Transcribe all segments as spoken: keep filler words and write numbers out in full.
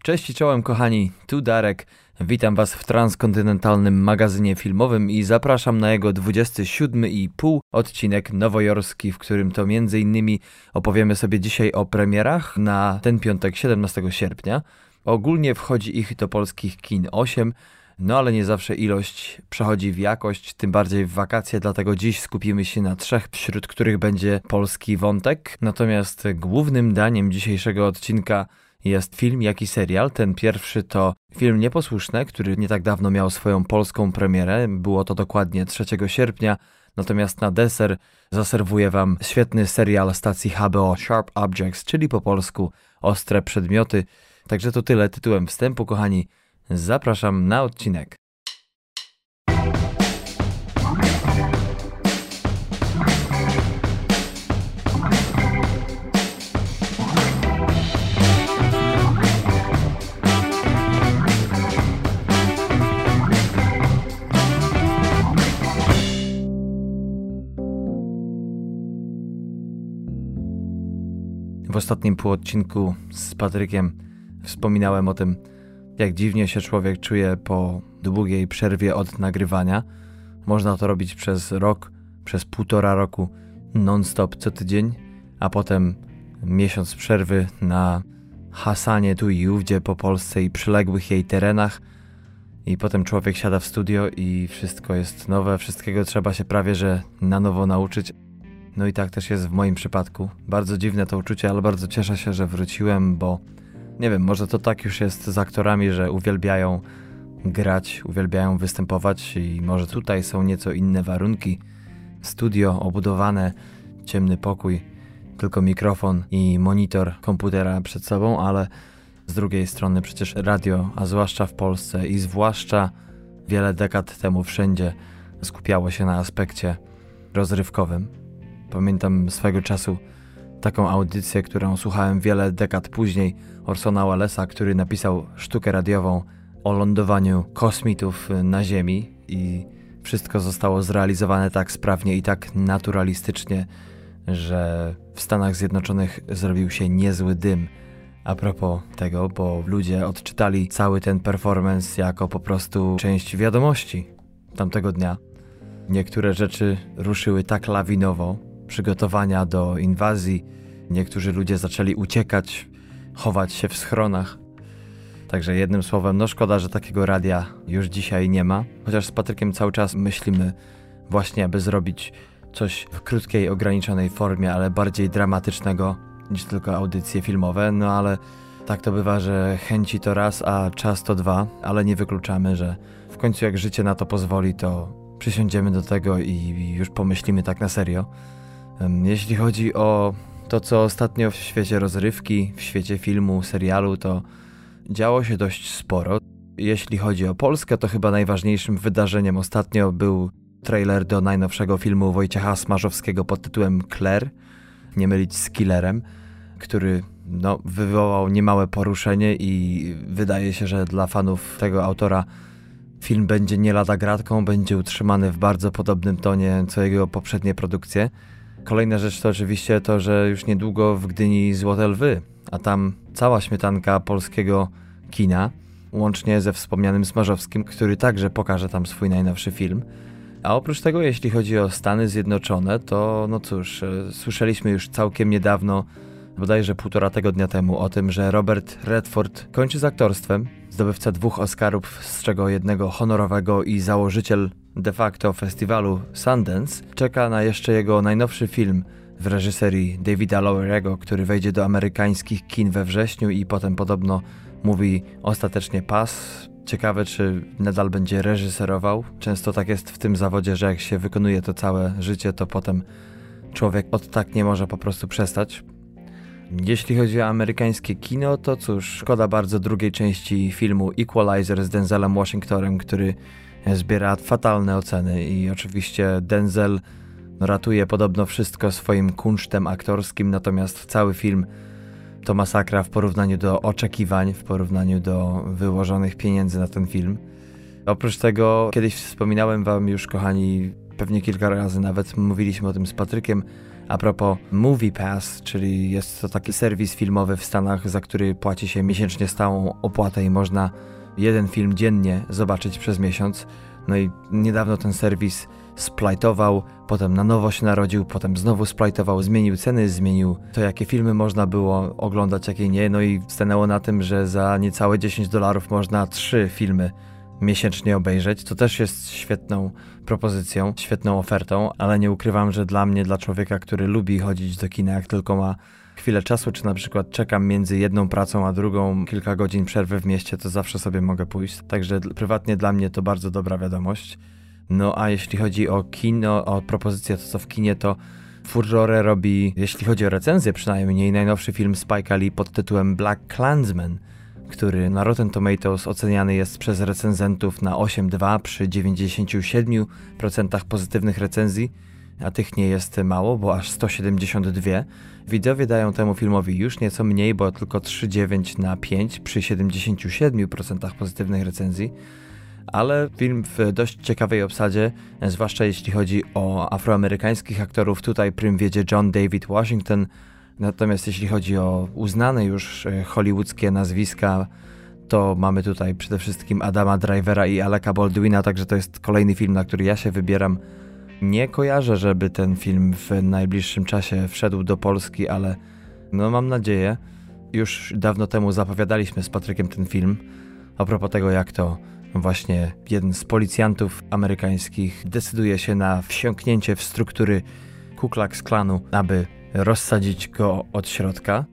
Cześć i czołem kochani, tu Darek. Witam was w transkontynentalnym magazynie filmowym i zapraszam na jego dwudziesty siódmy i pół odcinek nowojorski, w którym to między innymi opowiemy sobie dzisiaj o premierach na ten piątek, siedemnastego sierpnia. Ogólnie wchodzi ich do polskich kin osiem, no ale nie zawsze ilość przechodzi w jakość, tym bardziej w wakacje, dlatego dziś skupimy się na trzech, wśród których będzie polski wątek. Natomiast głównym daniem dzisiejszego odcinka jest film, jak i serial. Ten pierwszy to film Nieposłuszne, który nie tak dawno miał swoją polską premierę. Było to dokładnie trzeciego sierpnia. Natomiast na deser zaserwuję wam świetny serial stacji H B O Sharp Objects, czyli po polsku Ostre Przedmioty. Także to tyle tytułem wstępu, kochani. Zapraszam na odcinek. W ostatnim półodcinku z Patrykiem wspominałem o tym, jak dziwnie się człowiek czuje po długiej przerwie od nagrywania. Można to robić przez rok, przez półtora roku, non-stop co tydzień, a potem miesiąc przerwy na hasanie tu i ówdzie po Polsce i przyległych jej terenach. I potem człowiek siada w studio i wszystko jest nowe, wszystkiego trzeba się prawie że na nowo nauczyć. No i tak też jest w moim przypadku. Bardzo dziwne to uczucie, ale bardzo cieszę się, że wróciłem, bo nie wiem, może to tak już jest z aktorami, że uwielbiają grać, uwielbiają występować i może tutaj są nieco inne warunki. Studio obudowane, ciemny pokój, tylko mikrofon i monitor komputera przed sobą, ale z drugiej strony przecież radio, a zwłaszcza w Polsce i zwłaszcza wiele dekad temu wszędzie skupiało się na aspekcie rozrywkowym. Pamiętam swego czasu taką audycję, którą słuchałem wiele dekad później, Orsona Wellesa, który napisał sztukę radiową o lądowaniu kosmitów na Ziemi i wszystko zostało zrealizowane tak sprawnie i tak naturalistycznie, że w Stanach Zjednoczonych zrobił się niezły dym. A propos tego, bo ludzie odczytali cały ten performance jako po prostu część wiadomości tamtego dnia. Niektóre rzeczy ruszyły tak lawinowo, przygotowania do inwazji, niektórzy ludzie zaczęli uciekać, chować się w schronach. Także jednym słowem, no szkoda, że takiego radia już dzisiaj nie ma. Chociaż z Patrykiem cały czas myślimy właśnie, aby zrobić coś w krótkiej, ograniczonej formie, ale bardziej dramatycznego niż tylko audycje filmowe. No ale tak to bywa, że chęci to raz, a czas to dwa. Ale nie wykluczamy, że w końcu jak życie na to pozwoli, to przysiądziemy do tego i już pomyślimy tak na serio. Jeśli chodzi o to, co ostatnio w świecie rozrywki, w świecie filmu, serialu, to działo się dość sporo. Jeśli chodzi o Polskę, to chyba najważniejszym wydarzeniem ostatnio był trailer do najnowszego filmu Wojciecha Smarzowskiego pod tytułem Claire, nie mylić z Killerem, który no, wywołał niemałe poruszenie i wydaje się, że dla fanów tego autora film będzie nie lada gratką, będzie utrzymany w bardzo podobnym tonie co jego poprzednie produkcje. Kolejna rzecz to oczywiście to, że już niedługo w Gdyni Złote Lwy, a tam cała śmietanka polskiego kina, łącznie ze wspomnianym Smarzowskim, który także pokaże tam swój najnowszy film. A oprócz tego, jeśli chodzi o Stany Zjednoczone, to no cóż, słyszeliśmy już całkiem niedawno, bodajże półtora tygodnia temu, o tym, że Robert Redford kończy z aktorstwem, zdobywca dwóch Oscarów, z czego jednego honorowego i założyciel de facto festiwalu Sundance, czeka na jeszcze jego najnowszy film w reżyserii Davida Lowery'ego, który wejdzie do amerykańskich kin we wrześniu i potem podobno mówi ostatecznie pas. Ciekawe, czy nadal będzie reżyserował. Często tak jest w tym zawodzie, że jak się wykonuje to całe życie, to potem człowiek od tak nie może po prostu przestać. Jeśli chodzi o amerykańskie kino, to cóż, szkoda bardzo drugiej części filmu Equalizer z Denzelem Washingtonem, który zbiera fatalne oceny i oczywiście Denzel ratuje podobno wszystko swoim kunsztem aktorskim, natomiast cały film to masakra w porównaniu do oczekiwań, w porównaniu do wyłożonych pieniędzy na ten film. Oprócz tego, kiedyś wspominałem wam już, kochani, pewnie kilka razy nawet mówiliśmy o tym z Patrykiem, A propos MoviePass, czyli jest to taki serwis filmowy w Stanach, za który płaci się miesięcznie stałą opłatę i można jeden film dziennie zobaczyć przez miesiąc. No i niedawno ten serwis splajtował, potem na nowo się narodził, potem znowu splajtował, zmienił ceny, zmienił to, jakie filmy można było oglądać, jakie nie. No i stanęło na tym, że za niecałe dziesięć dolarów można trzy filmy miesięcznie obejrzeć. To też jest świetną propozycją, świetną ofertą, ale nie ukrywam, że dla mnie, dla człowieka, który lubi chodzić do kina, jak tylko ma chwilę czasu, czy na przykład czekam między jedną pracą a drugą, kilka godzin przerwy w mieście, to zawsze sobie mogę pójść. Także prywatnie dla mnie to bardzo dobra wiadomość. No a jeśli chodzi o kino, o propozycję to co w kinie, to furorę robi, jeśli chodzi o recenzję przynajmniej, najnowszy film Spike'a Lee pod tytułem Black Klansman, który na Rotten Tomatoes oceniany jest przez recenzentów na osiem przecinek dwa przy dziewięćdziesięciu siedmiu procentach pozytywnych recenzji, a tych nie jest mało, bo aż sto siedemdziesiąt dwie. Widzowie dają temu filmowi już nieco mniej, bo tylko trzy przecinek dziewięć na pięć przy siedemdziesięciu siedmiu procentach pozytywnych recenzji. Ale film w dość ciekawej obsadzie, zwłaszcza jeśli chodzi o afroamerykańskich aktorów. Tutaj prym wiedzie John David Washington, natomiast jeśli chodzi o uznane już hollywoodzkie nazwiska, to mamy tutaj przede wszystkim Adama Drivera i Aleka Baldwina, także to jest kolejny film, na który ja się wybieram. Nie kojarzę, żeby ten film w najbliższym czasie wszedł do Polski, ale no mam nadzieję. Już dawno temu zapowiadaliśmy z Patrykiem ten film, a propos tego, jak to właśnie jeden z policjantów amerykańskich decyduje się na wsiąknięcie w struktury Ku Klux Klanu, aby rozsadzić go od środka.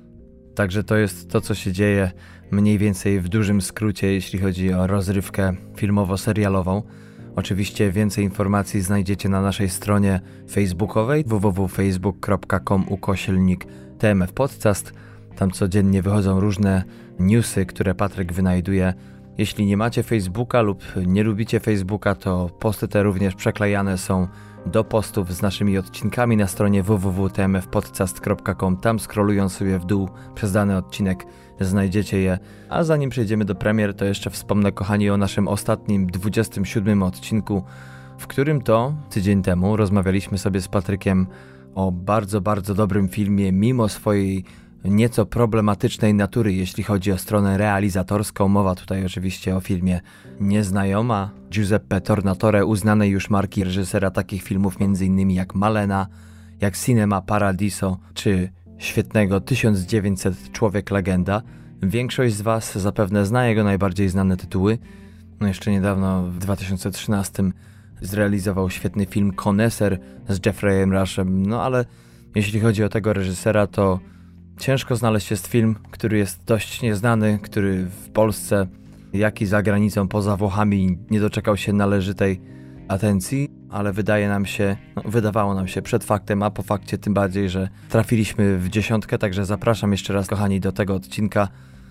Także to jest to, co się dzieje mniej więcej w dużym skrócie, jeśli chodzi o rozrywkę filmowo-serialową. Oczywiście więcej informacji znajdziecie na naszej stronie facebookowej w w w kropka facebook kropka com ukośnik T M F Podcast. Tam codziennie wychodzą różne newsy, które Patryk wynajduje. Jeśli nie macie Facebooka lub nie lubicie Facebooka, to posty te również przeklejane są do postów z naszymi odcinkami na stronie w w w kropka t m f podcast kropka com. Tam scrollując sobie w dół przez dany odcinek znajdziecie je. A zanim przejdziemy do premier, to jeszcze wspomnę, kochani, o naszym ostatnim dwudziestym siódmym odcinku, w którym to tydzień temu rozmawialiśmy sobie z Patrykiem o bardzo, bardzo dobrym filmie, mimo swojej nieco problematycznej natury, jeśli chodzi o stronę realizatorską. Mowa tutaj oczywiście o filmie Nieznajoma Giuseppe Tornatore, uznanej już marki reżysera takich filmów m.in. jak Malena, jak Cinema Paradiso, czy świetnego tysiąc dziewięćset Człowiek Legenda. Większość z was zapewne zna jego najbardziej znane tytuły. No jeszcze niedawno, w dwa tysiące trzynastym, zrealizował świetny film Koneser z Jeffreyem Rushem, no ale jeśli chodzi o tego reżysera, to ciężko znaleźć jest film, który jest dość nieznany, który w Polsce, jak i za granicą, poza Włochami, nie doczekał się należytej atencji, ale wydaje nam się, no, wydawało nam się przed faktem, a po fakcie tym bardziej, że trafiliśmy w dziesiątkę, także zapraszam jeszcze raz, kochani, do tego odcinka.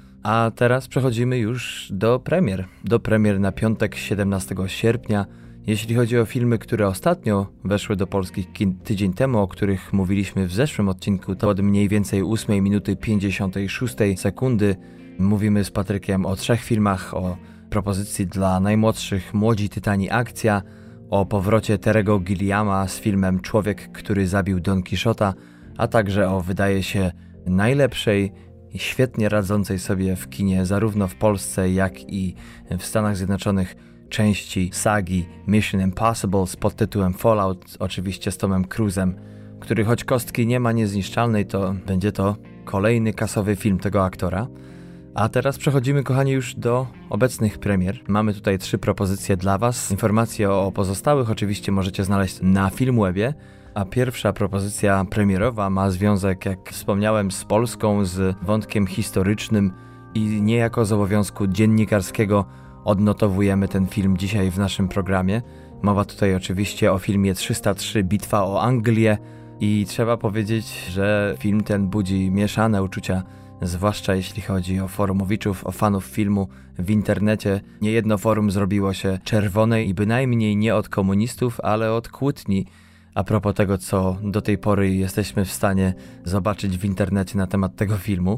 A teraz przechodzimy już do premier. Do premier na piątek, siedemnastego sierpnia. Jeśli chodzi o filmy, które ostatnio weszły do polskich kin tydzień temu, o których mówiliśmy w zeszłym odcinku, to od mniej więcej ósmej minuty pięćdziesiątej szóstej sekundy mówimy z Patrykiem o trzech filmach, o propozycji dla najmłodszych Młodzi Tytani Akcja, o powrocie Terry'ego Gilliama z filmem Człowiek, który zabił Don Quixota, a także o, wydaje się, najlepszej i świetnie radzącej sobie w kinie zarówno w Polsce, jak i w Stanach Zjednoczonych części sagi Mission Impossible z podtytułem Fallout, oczywiście z Tomem Cruise'em, który choć kostki nie ma niezniszczalnej, to będzie to kolejny kasowy film tego aktora. A teraz przechodzimy, kochani, już do obecnych premier. Mamy tutaj trzy propozycje dla was. Informacje o pozostałych oczywiście możecie znaleźć na Filmwebie, a pierwsza propozycja premierowa ma związek, jak wspomniałem, z Polską, z wątkiem historycznym i niejako z obowiązku dziennikarskiego odnotowujemy ten film dzisiaj w naszym programie. Mowa tutaj oczywiście o filmie trzysta trzy Bitwa o Anglię i trzeba powiedzieć, że film ten budzi mieszane uczucia, zwłaszcza jeśli chodzi o forumowiczów, o fanów filmu w internecie. Niejedno forum zrobiło się czerwone i bynajmniej nie od komunistów, ale od kłótni a propos tego, co do tej pory jesteśmy w stanie zobaczyć w internecie na temat tego filmu.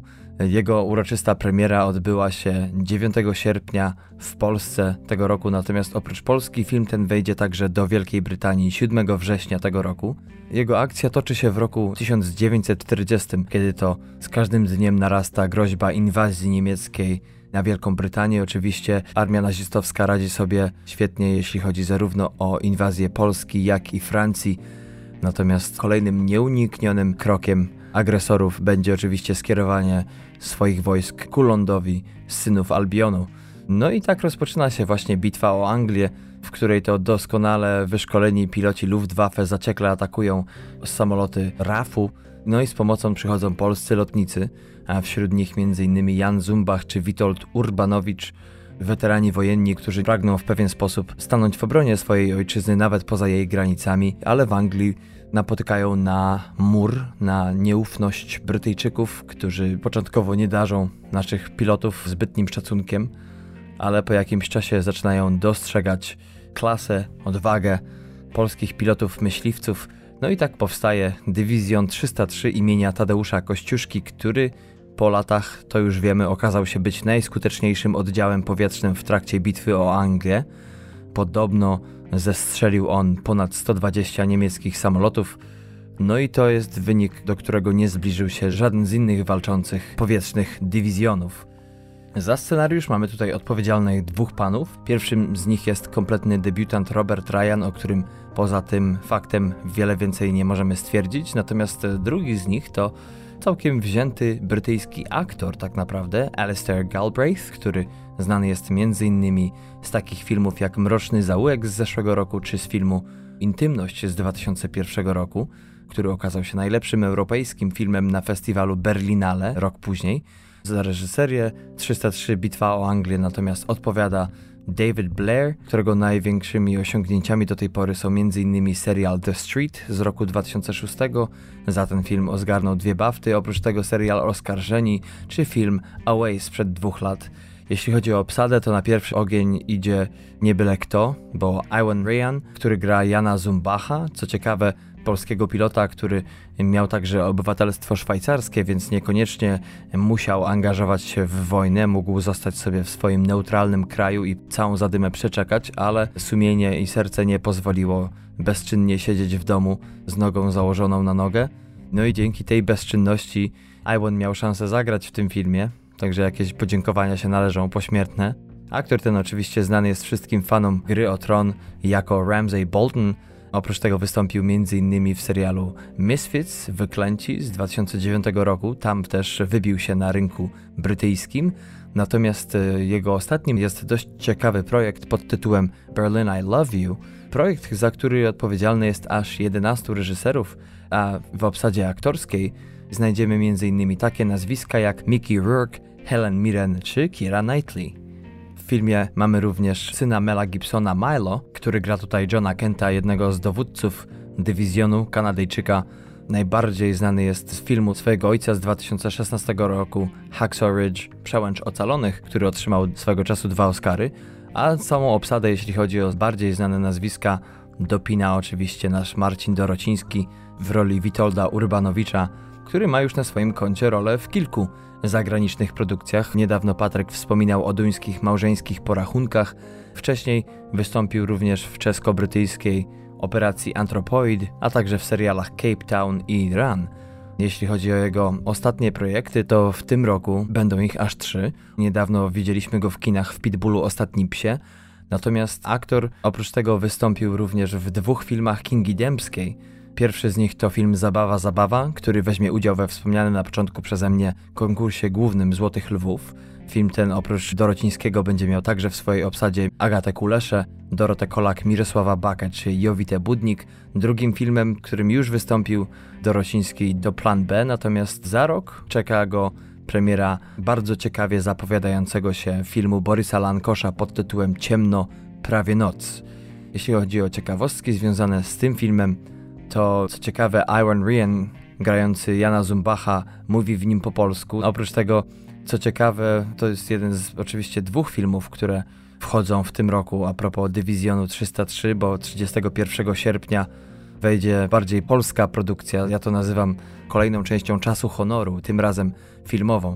Jego uroczysta premiera odbyła się dziewiątego sierpnia w Polsce tego roku, natomiast oprócz Polski film ten wejdzie także do Wielkiej Brytanii siódmego września tego roku. Jego akcja toczy się w roku tysiąc dziewięćset czterdziestym, kiedy to z każdym dniem narasta groźba inwazji niemieckiej na Wielką Brytanię. Oczywiście armia nazistowska radzi sobie świetnie, jeśli chodzi zarówno o inwazję Polski, jak i Francji. Natomiast kolejnym nieuniknionym krokiem agresorów będzie oczywiście skierowanie swoich wojsk ku lądowi synów Albionu. No i tak rozpoczyna się właśnie bitwa o Anglię, w której to doskonale wyszkoleni piloci Luftwaffe zaciekle atakują samoloty R A F-u. No i z pomocą przychodzą polscy lotnicy, a wśród nich m.in. Jan Zumbach czy Witold Urbanowicz, weterani wojenni, którzy pragną w pewien sposób stanąć w obronie swojej ojczyzny nawet poza jej granicami, ale w Anglii napotykają na mur, na nieufność Brytyjczyków, którzy początkowo nie darzą naszych pilotów zbytnim szacunkiem, ale po jakimś czasie zaczynają dostrzegać klasę, odwagę polskich pilotów myśliwców. No i tak powstaje Dywizjon trzysta trzy imienia Tadeusza Kościuszki, który po latach, to już wiemy, okazał się być najskuteczniejszym oddziałem powietrznym w trakcie bitwy o Anglię. Podobno zestrzelił on ponad sto dwadzieścia niemieckich samolotów. No i to jest wynik, do którego nie zbliżył się żaden z innych walczących powietrznych dywizjonów. Za scenariusz mamy tutaj odpowiedzialnych dwóch panów. Pierwszym z nich jest kompletny debiutant Robert Ryan, o którym poza tym faktem wiele więcej nie możemy stwierdzić. Natomiast drugi z nich to całkiem wzięty brytyjski aktor tak naprawdę, Alistair Galbraith, który znany jest m.in. z takich filmów jak Mroczny Zaułek z zeszłego roku, czy z filmu Intymność z dwa tysiące pierwszego roku, który okazał się najlepszym europejskim filmem na festiwalu Berlinale rok później. Za reżyserię trzysta trzy Bitwa o Anglię natomiast odpowiada David Blair, którego największymi osiągnięciami do tej pory są m.in. serial The Street z roku dwa tysiące szóstego. Za ten film zgarnął dwie BAFTY, oprócz tego serial Oskarżeni czy film Away sprzed dwóch lat. Jeśli chodzi o obsadę, to na pierwszy ogień idzie nie byle kto, bo Iwan Ryan, który gra Jana Zumbacha, co ciekawe polskiego pilota, który miał także obywatelstwo szwajcarskie, więc niekoniecznie musiał angażować się w wojnę, mógł zostać sobie w swoim neutralnym kraju i całą zadymę przeczekać, ale sumienie i serce nie pozwoliło bezczynnie siedzieć w domu z nogą założoną na nogę. No i dzięki tej bezczynności Iwan miał szansę zagrać w tym filmie, także jakieś podziękowania się należą pośmiertne. Aktor ten oczywiście znany jest wszystkim fanom Gry o Tron jako Ramsay Bolton. Oprócz tego wystąpił m.in. w serialu Misfits, Wyklęci z dwa tysiące dziewiątego roku, tam też wybił się na rynku brytyjskim. Natomiast jego ostatnim jest dość ciekawy projekt pod tytułem Berlin I Love You. Projekt, za który odpowiedzialny jest aż jedenastu reżyserów, a w obsadzie aktorskiej znajdziemy m.in. takie nazwiska jak Mickey Rourke, Helen Mirren czy Keira Knightley. W filmie mamy również syna Mela Gibsona, Milo, który gra tutaj Johna Kenta, jednego z dowódców dywizjonu, Kanadyjczyka. Najbardziej znany jest z filmu swojego ojca z dwa tysiące szesnastego roku Hacksaw Ridge, Przełęcz Ocalonych, który otrzymał swego czasu dwa Oscary, a całą obsadę, jeśli chodzi o bardziej znane nazwiska, dopina oczywiście nasz Marcin Dorociński w roli Witolda Urbanowicza, który ma już na swoim koncie rolę w kilku zagranicznych produkcjach. Niedawno Patryk wspominał o duńskich małżeńskich porachunkach. Wcześniej wystąpił również w czesko-brytyjskiej operacji Anthropoid, a także w serialach Cape Town i Run. Jeśli chodzi o jego ostatnie projekty, to w tym roku będą ich aż trzy. Niedawno widzieliśmy go w kinach w Pitbullu Ostatni Psie. Natomiast aktor oprócz tego wystąpił również w dwóch filmach Kingi Dębskiej. Pierwszy z nich to film Zabawa, Zabawa, który weźmie udział we wspomnianym na początku przeze mnie konkursie głównym Złotych Lwów. Film ten oprócz Dorocińskiego będzie miał także w swojej obsadzie Agatę Kuleszę, Dorotę Kolak, Mirosława Bakę czy Jowitę Budnik. Drugim filmem, którym już wystąpił Dorociński, to Plan B, natomiast za rok czeka go premiera bardzo ciekawie zapowiadającego się filmu Borysa Lankosza pod tytułem Ciemno, prawie noc. Jeśli chodzi o ciekawostki związane z tym filmem, to co ciekawe Iwan Ryan, grający Jana Zumbacha, mówi w nim po polsku. Oprócz tego, co ciekawe, to jest jeden z oczywiście dwóch filmów, które wchodzą w tym roku a propos Dywizjonu trzysta trzy, bo trzydziestego pierwszego sierpnia wejdzie bardziej polska produkcja. Ja to nazywam kolejną częścią Czasu Honoru, tym razem filmową, w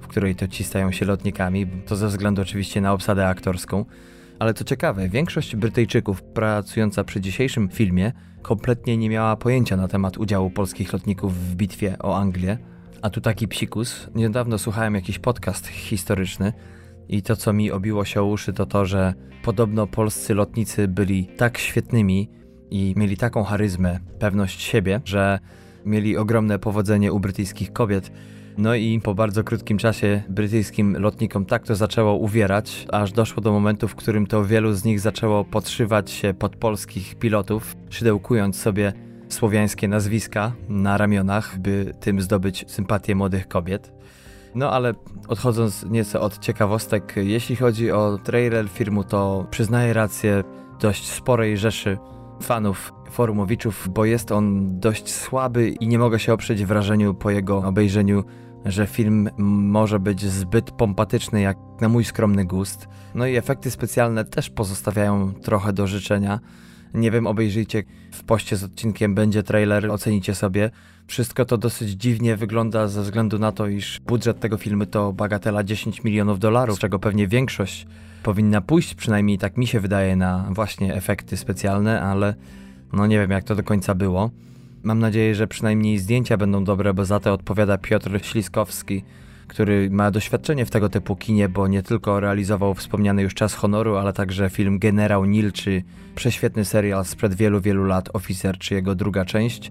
w której to ci stają się lotnikami, to ze względu oczywiście na obsadę aktorską. Ale co ciekawe, większość Brytyjczyków pracująca przy dzisiejszym filmie kompletnie nie miała pojęcia na temat udziału polskich lotników w bitwie o Anglię. A tu taki psikus. Niedawno słuchałem jakiś podcast historyczny i to, co mi obiło się o uszy, to to, że podobno polscy lotnicy byli tak świetnymi i mieli taką charyzmę, pewność siebie, że mieli ogromne powodzenie u brytyjskich kobiet. No i po bardzo krótkim czasie brytyjskim lotnikom tak to zaczęło uwierać, aż doszło do momentu, w którym to wielu z nich zaczęło podszywać się pod polskich pilotów, szydełkując sobie słowiańskie nazwiska na ramionach, by tym zdobyć sympatię młodych kobiet. No ale odchodząc nieco od ciekawostek, jeśli chodzi o trailer filmu, to przyznaję rację dość sporej rzeszy fanów forumowiczów, bo jest on dość słaby i nie mogę się oprzeć wrażeniu po jego obejrzeniu, że film może być zbyt pompatyczny jak na mój skromny gust. No i efekty specjalne też pozostawiają trochę do życzenia. Nie wiem, obejrzyjcie, w poście z odcinkiem będzie trailer, ocenicie sobie. Wszystko to dosyć dziwnie wygląda ze względu na to, iż budżet tego filmu to bagatela dziesięć milionów dolarów, z czego pewnie większość powinna pójść, przynajmniej tak mi się wydaje, na właśnie efekty specjalne, ale no nie wiem, jak to do końca było. Mam nadzieję, że przynajmniej zdjęcia będą dobre, bo za to odpowiada Piotr Śliskowski, który ma doświadczenie w tego typu kinie, bo nie tylko realizował wspomniany już Czas Honoru, ale także film Generał Nil, czy prześwietny serial sprzed wielu, wielu lat Oficer, czy jego druga część.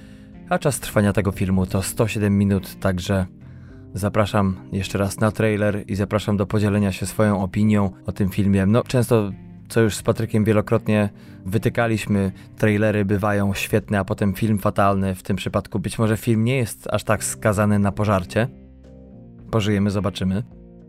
A czas trwania tego filmu to sto siedem minut, także zapraszam jeszcze raz na trailer i zapraszam do podzielenia się swoją opinią o tym filmie. No często, co już z Patrykiem wielokrotnie wytykaliśmy, trailery bywają świetne, a potem film fatalny. W tym przypadku być może film nie jest aż tak skazany na pożarcie. Pożyjemy, zobaczymy.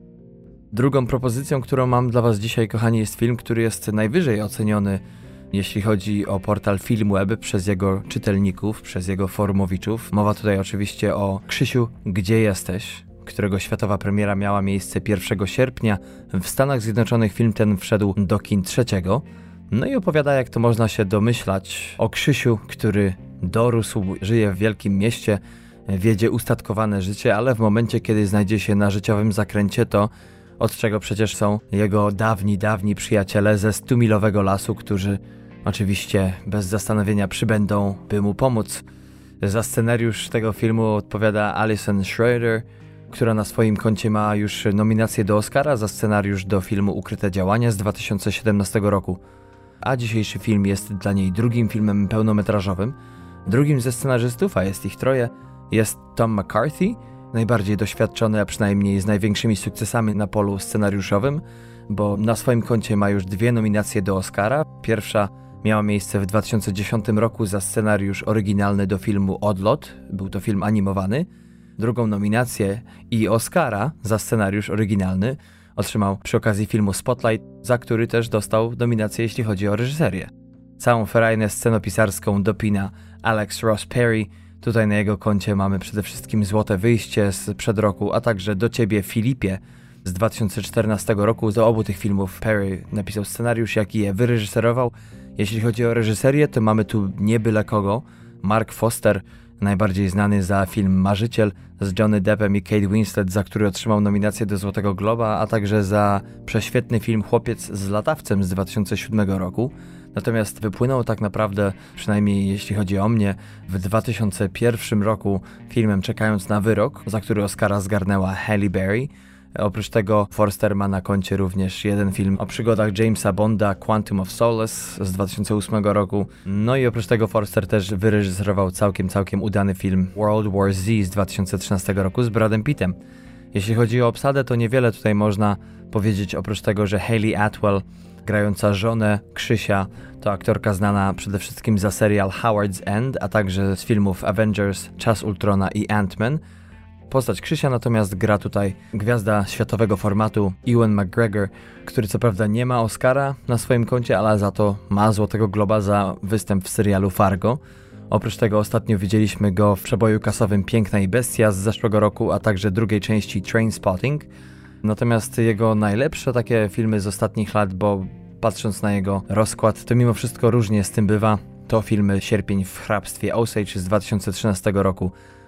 Drugą propozycją, którą mam dla was dzisiaj, kochani, jest film, który jest najwyżej oceniony, jeśli chodzi o portal Filmweb, przez jego czytelników, przez jego forumowiczów. Mowa tutaj oczywiście o Krzysiu, gdzie jesteś?, którego światowa premiera miała miejsce pierwszego sierpnia. W Stanach Zjednoczonych film ten wszedł do kin trzeciego. No i opowiada, jak to można się domyślać, o Krzysiu, który dorósł, żyje w wielkim mieście, wiedzie ustatkowane życie, ale w momencie, kiedy znajdzie się na życiowym zakręcie, to od czego przecież są jego dawni, dawni przyjaciele ze stumilowego lasu, którzy oczywiście bez zastanowienia przybędą, by mu pomóc. Za scenariusz tego filmu odpowiada Alison Schroeder, która na swoim koncie ma już nominację do Oscara za scenariusz do filmu Ukryte działania z dwa tysiące siedemnastego roku. A dzisiejszy film jest dla niej drugim filmem pełnometrażowym. Drugim ze scenarzystów, a jest ich troje, jest Tom McCarthy, najbardziej doświadczony, a przynajmniej z największymi sukcesami na polu scenariuszowym, bo na swoim koncie ma już dwie nominacje do Oscara. Pierwsza miała miejsce w dwa tysiące dziesiątym roku za scenariusz oryginalny do filmu Odlot, był to film animowany. Drugą nominację i Oscara za scenariusz oryginalny otrzymał przy okazji filmu Spotlight, za który też dostał nominację, jeśli chodzi o reżyserię. Całą ferajnę scenopisarską dopina Alex Ross Perry. Tutaj na jego koncie mamy przede wszystkim Złote wyjście sprzed roku, a także Do ciebie, Filipie z dwa tysiące czternastego roku. Do obu tych filmów Perry napisał scenariusz, jak i je wyreżyserował. Jeśli chodzi o reżyserię, to mamy tu nie byle kogo. Mark Foster, najbardziej znany za film Marzyciel z Johnny Deppem i Kate Winslet, za który otrzymał nominację do Złotego Globa, a także za prześwietny film Chłopiec z latawcem z dwa tysiące siódmego roku. Natomiast wypłynął tak naprawdę, przynajmniej jeśli chodzi o mnie, w dwa tysiące pierwszym roku filmem Czekając na wyrok, za który Oscara zgarnęła Halle Berry. Oprócz tego Forster ma na koncie również jeden film o przygodach Jamesa Bonda, Quantum of Solace z dwa tysiące ósmego roku. No i oprócz tego Forster też wyreżyserował całkiem, całkiem udany film World War Z z dwa tysiące trzynastego roku z Bradem Pittem. Jeśli chodzi o obsadę, to niewiele tutaj można powiedzieć, oprócz tego, że Hayley Atwell, grająca żonę Krzysia, to aktorka znana przede wszystkim za serial Howard's End, a także z filmów Avengers, Czas Ultrona i Ant-Man. Postać Krzysia natomiast gra tutaj gwiazda światowego formatu Ewan McGregor, który co prawda nie ma Oscara na swoim koncie, ale za to ma Złotego Globa za występ w serialu Fargo. Oprócz tego ostatnio widzieliśmy go w przeboju kasowym Piękna i Bestia z zeszłego roku, a także drugiej części Trainspotting. Natomiast jego najlepsze takie filmy z ostatnich lat, bo patrząc na jego rozkład, to mimo wszystko różnie z tym bywa, to filmy Sierpień w hrabstwie Osage z dwa tysiące trzynastego roku,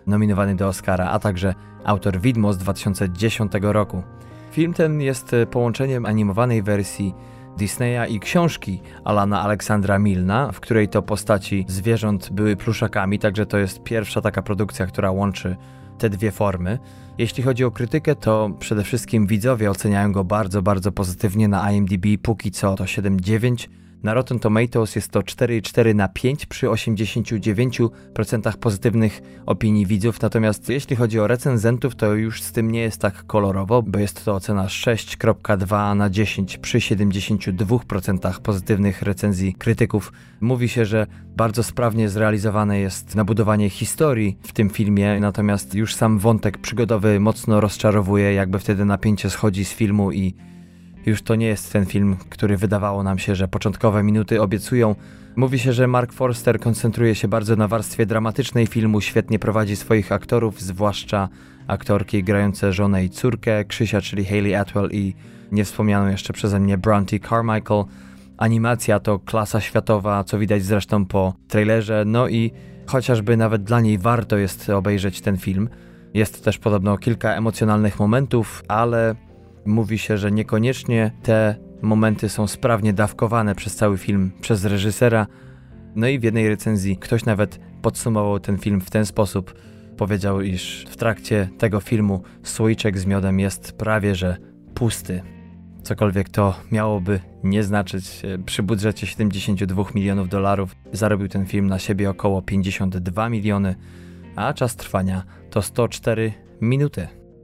nominowany do Oscara, a także autor Widmo z dwa tysiące dziesiątego roku. Film ten jest połączeniem animowanej wersji Disneya i książki Alana Aleksandra Milna, w której to postaci zwierząt były pluszakami, także to jest pierwsza taka produkcja, która łączy te dwie formy. Jeśli chodzi o krytykę, to przede wszystkim widzowie oceniają go bardzo, bardzo pozytywnie. Na I M D B póki co to siedem przecinek dziewięć. Na Rotten Tomatoes jest to cztery przecinek cztery na pięć przy osiemdziesiąt dziewięć procent pozytywnych opinii widzów. Natomiast jeśli chodzi o recenzentów, to już z tym nie jest tak kolorowo, bo jest to ocena sześć przecinek dwa na dziesięć przy siedemdziesiąt dwa procent pozytywnych recenzji krytyków. Mówi się, że bardzo sprawnie zrealizowane jest nabudowanie historii w tym filmie, natomiast już sam wątek przygodowy mocno rozczarowuje, jakby wtedy napięcie schodzi z filmu i już to nie jest ten film, który wydawało nam się, że początkowe minuty obiecują. Mówi się, że Mark Forster koncentruje się bardzo na warstwie dramatycznej filmu, świetnie prowadzi swoich aktorów, zwłaszcza aktorki grające żonę i córkę, Krzysia, czyli Hayley Atwell i niewspomnianą jeszcze przeze mnie Bronte Carmichael. Animacja to klasa światowa, co widać zresztą po trailerze, no i chociażby nawet dla niej warto jest obejrzeć ten film. Jest też podobno kilka emocjonalnych momentów, ale mówi się, że niekoniecznie te momenty są sprawnie dawkowane przez cały film przez reżysera. No i w jednej recenzji ktoś nawet podsumował ten film w ten sposób. Powiedział, iż w trakcie tego filmu słoiczek z miodem jest prawie że pusty. Cokolwiek to miałoby nie znaczyć, przy budżecie siedemdziesiąt dwa milionów dolarów zarobił ten film na siebie około pięćdziesiąt dwa miliony, a czas trwania to sto cztery minuty.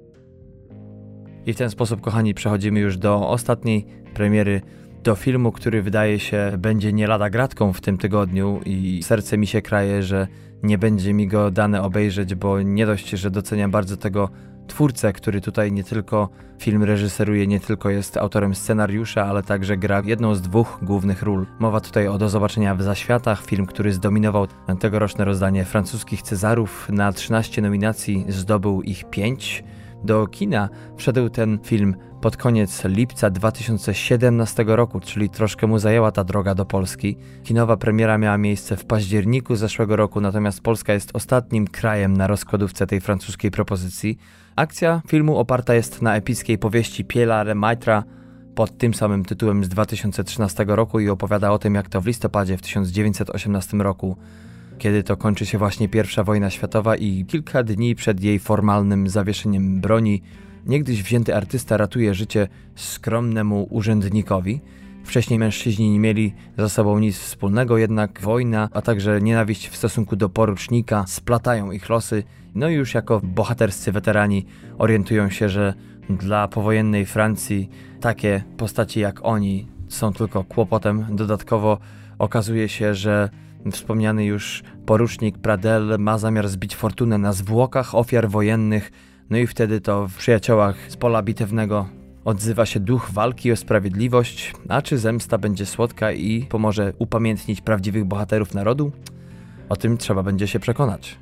I w ten sposób, kochani, przechodzimy już do ostatniej premiery, do filmu, który wydaje się będzie nie lada gratką w tym tygodniu i serce mi się kraje, że nie będzie mi go dane obejrzeć, bo nie dość, że doceniam bardzo tego twórcę, który tutaj nie tylko film reżyseruje, nie tylko jest autorem scenariusza, ale także gra jedną z dwóch głównych ról. Mowa tutaj o Do zobaczenia w Zaświatach, film, który zdominował tegoroczne rozdanie francuskich Cezarów. Na trzynaście nominacji zdobył ich pięć. Do kina wszedł ten film pod koniec lipca dwa tysiące siedemnastego roku, czyli troszkę mu zajęła ta droga do Polski. Kinowa premiera miała miejsce w październiku zeszłego roku, natomiast Polska jest ostatnim krajem na rozkładówce tej francuskiej propozycji. Akcja filmu oparta jest na epickiej powieści Piela Lemaitra pod tym samym tytułem z dwa tysiące trzynastego roku i opowiada o tym, jak to w listopadzie w tysiąc dziewięćset osiemnastym roku, kiedy to kończy się właśnie pierwsza wojna światowa i kilka dni przed jej formalnym zawieszeniem broni, niegdyś wzięty artysta ratuje życie skromnemu urzędnikowi. Wcześniej mężczyźni nie mieli ze sobą nic wspólnego, jednak wojna, a także nienawiść w stosunku do porucznika splatają ich losy. No i już jako bohaterscy weterani orientują się, że dla powojennej Francji takie postaci jak oni są tylko kłopotem. Dodatkowo okazuje się, że wspomniany już porucznik Pradel ma zamiar zbić fortunę na zwłokach ofiar wojennych, no i wtedy to w przyjaciołach z pola bitewnego odzywa się duch walki o sprawiedliwość, a czy zemsta będzie słodka i pomoże upamiętnić prawdziwych bohaterów narodu? O tym trzeba będzie się przekonać.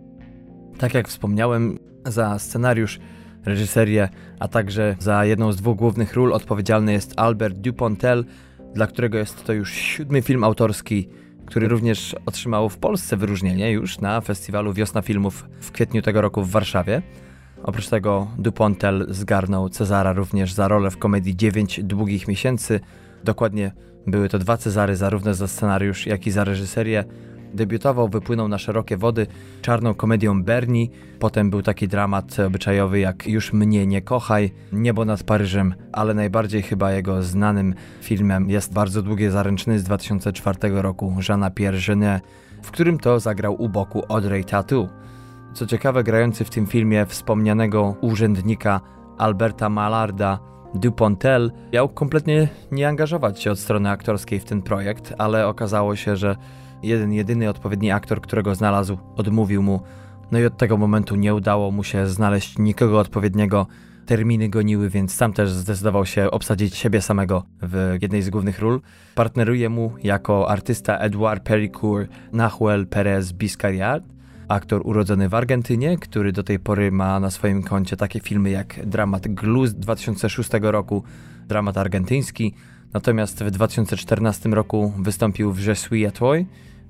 Tak jak wspomniałem, za scenariusz, reżyserię, a także za jedną z dwóch głównych ról odpowiedzialny jest Albert Dupontel, dla którego jest to już siódmy film autorski, który również otrzymał w Polsce wyróżnienie już na festiwalu Wiosna Filmów w kwietniu tego roku w Warszawie. Oprócz tego Dupontel zgarnął Cezara również za rolę w komedii dziewięć długich miesięcy. Dokładnie były to dwa Cezary zarówno za scenariusz, jak i za reżyserię. Debiutował, wypłynął na szerokie wody czarną komedią Bernie, potem był taki dramat obyczajowy jak Już mnie nie kochaj, Niebo nad Paryżem, ale najbardziej chyba jego znanym filmem jest Bardzo długie zaręczyny z dwa tysiące czwartego roku Jeana-Pierre Jeunet, w którym to zagrał u boku Audrey Tautou. Co ciekawe, grający w tym filmie wspomnianego urzędnika Alberta Mallarda, Dupontel miał kompletnie nie angażować się od strony aktorskiej w ten projekt, ale okazało się, że jeden jedyny odpowiedni aktor, którego znalazł, odmówił mu. No i od tego momentu nie udało mu się znaleźć nikogo odpowiedniego. Terminy goniły, więc sam też zdecydował się obsadzić siebie samego w jednej z głównych ról. Partneruje mu jako artysta Edouard Pericourt Nahuel Perez Biscayart, aktor urodzony w Argentynie, który do tej pory ma na swoim koncie takie filmy jak dramat Glue z dwa tysiące szóstego roku, dramat argentyński. Natomiast w dwa tysiące czternastym roku wystąpił w Je suis à toi,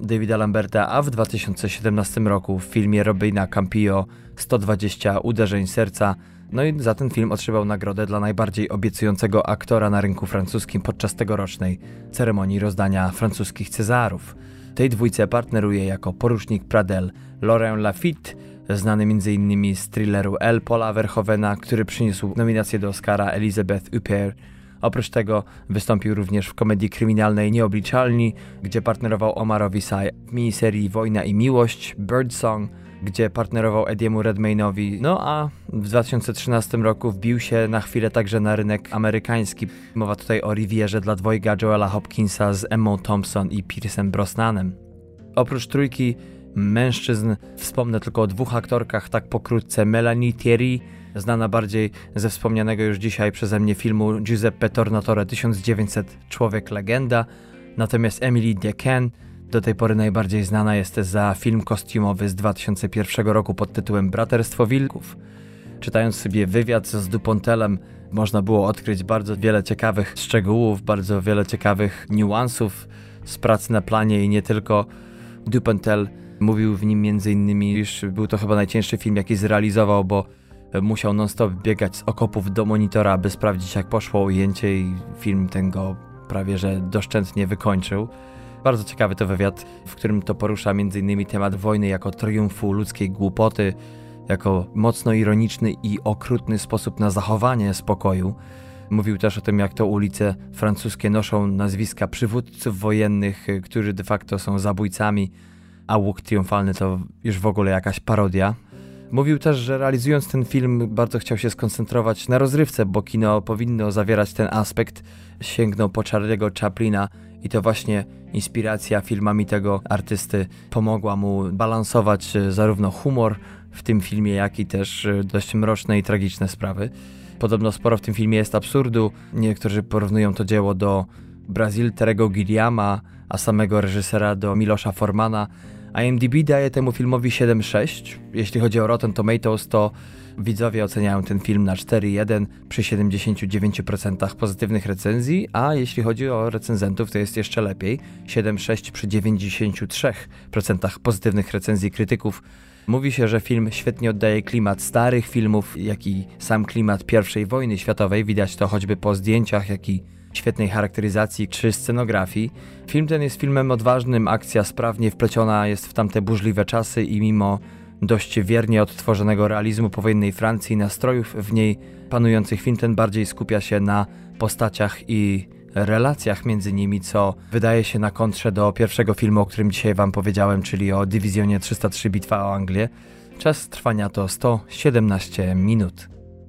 Davida Lamberta, a w dwa tysiące siedemnastym roku w filmie Robina Campillo sto dwadzieścia uderzeń serca. No i za ten film otrzymał nagrodę dla najbardziej obiecującego aktora na rynku francuskim podczas tegorocznej ceremonii rozdania francuskich Cezarów. Tej dwójce partneruje jako porucznik Pradel Laurent Lafitte, znany między innymi z thrilleru Elle Paula Verhoevena, który przyniósł nominację do Oscara Elisabeth Huppert. Oprócz tego wystąpił również w komedii kryminalnej Nieobliczalni, gdzie partnerował Omarowi Sy, w miniserii Wojna i Miłość, Birdsong, gdzie partnerował Ediemu Redmayne'owi. No a w dwa tysiące trzynastym roku wbił się na chwilę także na rynek amerykański. Mowa tutaj o Rivierze dla dwojga Joela Hopkinsa z Emmą Thompson i Pierce'em Brosnanem. Oprócz trójki mężczyzn wspomnę tylko o dwóch aktorkach, tak pokrótce. Melanie Thierry, znana bardziej ze wspomnianego już dzisiaj przeze mnie filmu Giuseppe Tornatore tysiąc dziewięćset Człowiek Legenda, natomiast Emily Dequesne do tej pory najbardziej znana jest za film kostiumowy z dwa tysiące pierwszego roku pod tytułem Braterstwo Wilków. Czytając sobie wywiad z Dupontelem, można było odkryć bardzo wiele ciekawych szczegółów, bardzo wiele ciekawych niuansów z pracy na planie i nie tylko. Dupontel mówił w nim między innymi, iż był to chyba najcięższy film, jaki zrealizował, bo musiał non-stop biegać z okopów do monitora, aby sprawdzić, jak poszło ujęcie, i film ten go prawie że doszczętnie wykończył. Bardzo ciekawy to wywiad, w którym to porusza między innymi temat wojny jako triumfu ludzkiej głupoty, jako mocno ironiczny i okrutny sposób na zachowanie spokoju. Mówił też o tym, jak to ulice francuskie noszą nazwiska przywódców wojennych, którzy de facto są zabójcami, a łuk triumfalny to już w ogóle jakaś parodia. Mówił też, że realizując ten film bardzo chciał się skoncentrować na rozrywce, bo kino powinno zawierać ten aspekt. Sięgnął po Charlie'ego Chaplina i to właśnie inspiracja filmami tego artysty pomogła mu balansować zarówno humor w tym filmie, jak i też dość mroczne i tragiczne sprawy. Podobno sporo w tym filmie jest absurdu. Niektórzy porównują to dzieło do Brazil Terego Gilliama, a samego reżysera do Milosza Formana. I M D B daje temu filmowi siedem sześć. Jeśli chodzi o Rotten Tomatoes, to widzowie oceniają ten film na cztery jeden przy siedemdziesięciu dziewięciu procentach pozytywnych recenzji, a jeśli chodzi o recenzentów, to jest jeszcze lepiej. siedem sześć przy dziewięćdziesięciu trzech procentach pozytywnych recenzji krytyków. Mówi się, że film świetnie oddaje klimat starych filmów, jak i sam klimat pierwszej wojny światowej. Widać to choćby po zdjęciach, jak i świetnej charakteryzacji czy scenografii. Film ten jest filmem odważnym, akcja sprawnie wpleciona jest w tamte burzliwe czasy i mimo dość wiernie odtworzonego realizmu powojennej Francji i nastrojów w niej panujących, film ten bardziej skupia się na postaciach i relacjach między nimi, co wydaje się na kontrze do pierwszego filmu, o którym dzisiaj wam powiedziałem, czyli o Dywizjonie trzysta trzy Bitwa o Anglię. Czas trwania to sto siedemnaście minut.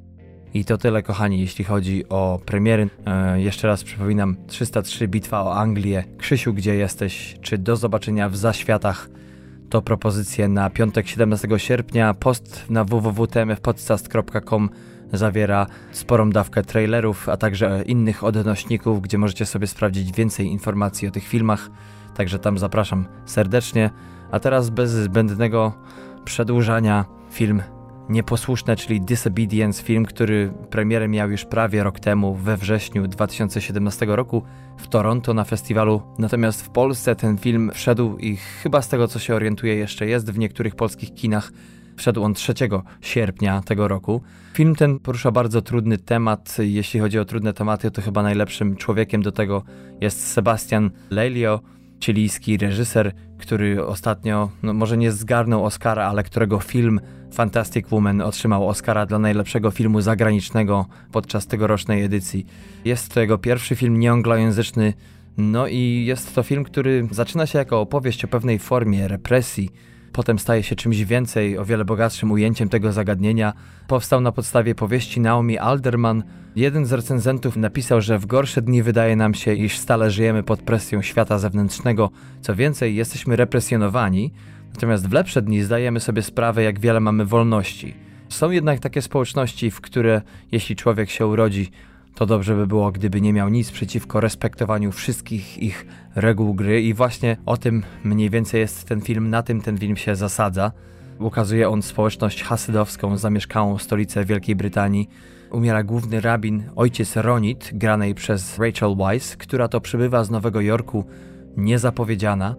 I to tyle, kochani, jeśli chodzi o premiery. E, jeszcze raz przypominam, trzysta trzy Bitwa o Anglię. Krzysiu, gdzie jesteś? Czy do zobaczenia w Zaświatach? To propozycje na piątek siedemnastego sierpnia. Post na w w w kropka t m f podcast kropka com zawiera sporą dawkę trailerów, a także innych odnośników, gdzie możecie sobie sprawdzić więcej informacji o tych filmach. Także tam zapraszam serdecznie. A teraz bez zbędnego przedłużania, film Nieposłuszne, czyli Disobedience, film, który premierę miał już prawie rok temu, we wrześniu dwa tysiące siedemnastego roku w Toronto na festiwalu. Natomiast w Polsce ten film wszedł i chyba z tego, co się orientuję, jeszcze jest w niektórych polskich kinach. Wszedł on trzeciego sierpnia tego roku. Film ten porusza bardzo trudny temat. Jeśli chodzi o trudne tematy, to chyba najlepszym człowiekiem do tego jest Sebastian Lelio, chilijski reżyser, który ostatnio, no może nie zgarnął Oscara, ale którego film Fantastic Woman otrzymał Oscara dla najlepszego filmu zagranicznego podczas tegorocznej edycji. Jest to jego pierwszy film nieanglojęzyczny, no i jest to film, który zaczyna się jako opowieść o pewnej formie represji, potem staje się czymś więcej, o wiele bogatszym ujęciem tego zagadnienia. Powstał na podstawie powieści Naomi Alderman. Jeden z recenzentów napisał, że w gorsze dni wydaje nam się, iż stale żyjemy pod presją świata zewnętrznego. Co więcej, jesteśmy represjonowani, natomiast w lepsze dni zdajemy sobie sprawę, jak wiele mamy wolności. Są jednak takie społeczności, w które jeśli człowiek się urodzi, to dobrze by było, gdyby nie miał nic przeciwko respektowaniu wszystkich ich reguł gry, i właśnie o tym mniej więcej jest ten film, na tym ten film się zasadza. Ukazuje on społeczność hasydowską zamieszkałą w stolicy Wielkiej Brytanii. Umiera główny rabin, ojciec Ronit, granej przez Rachel Weisz, która to przybywa z Nowego Jorku, niezapowiedziana.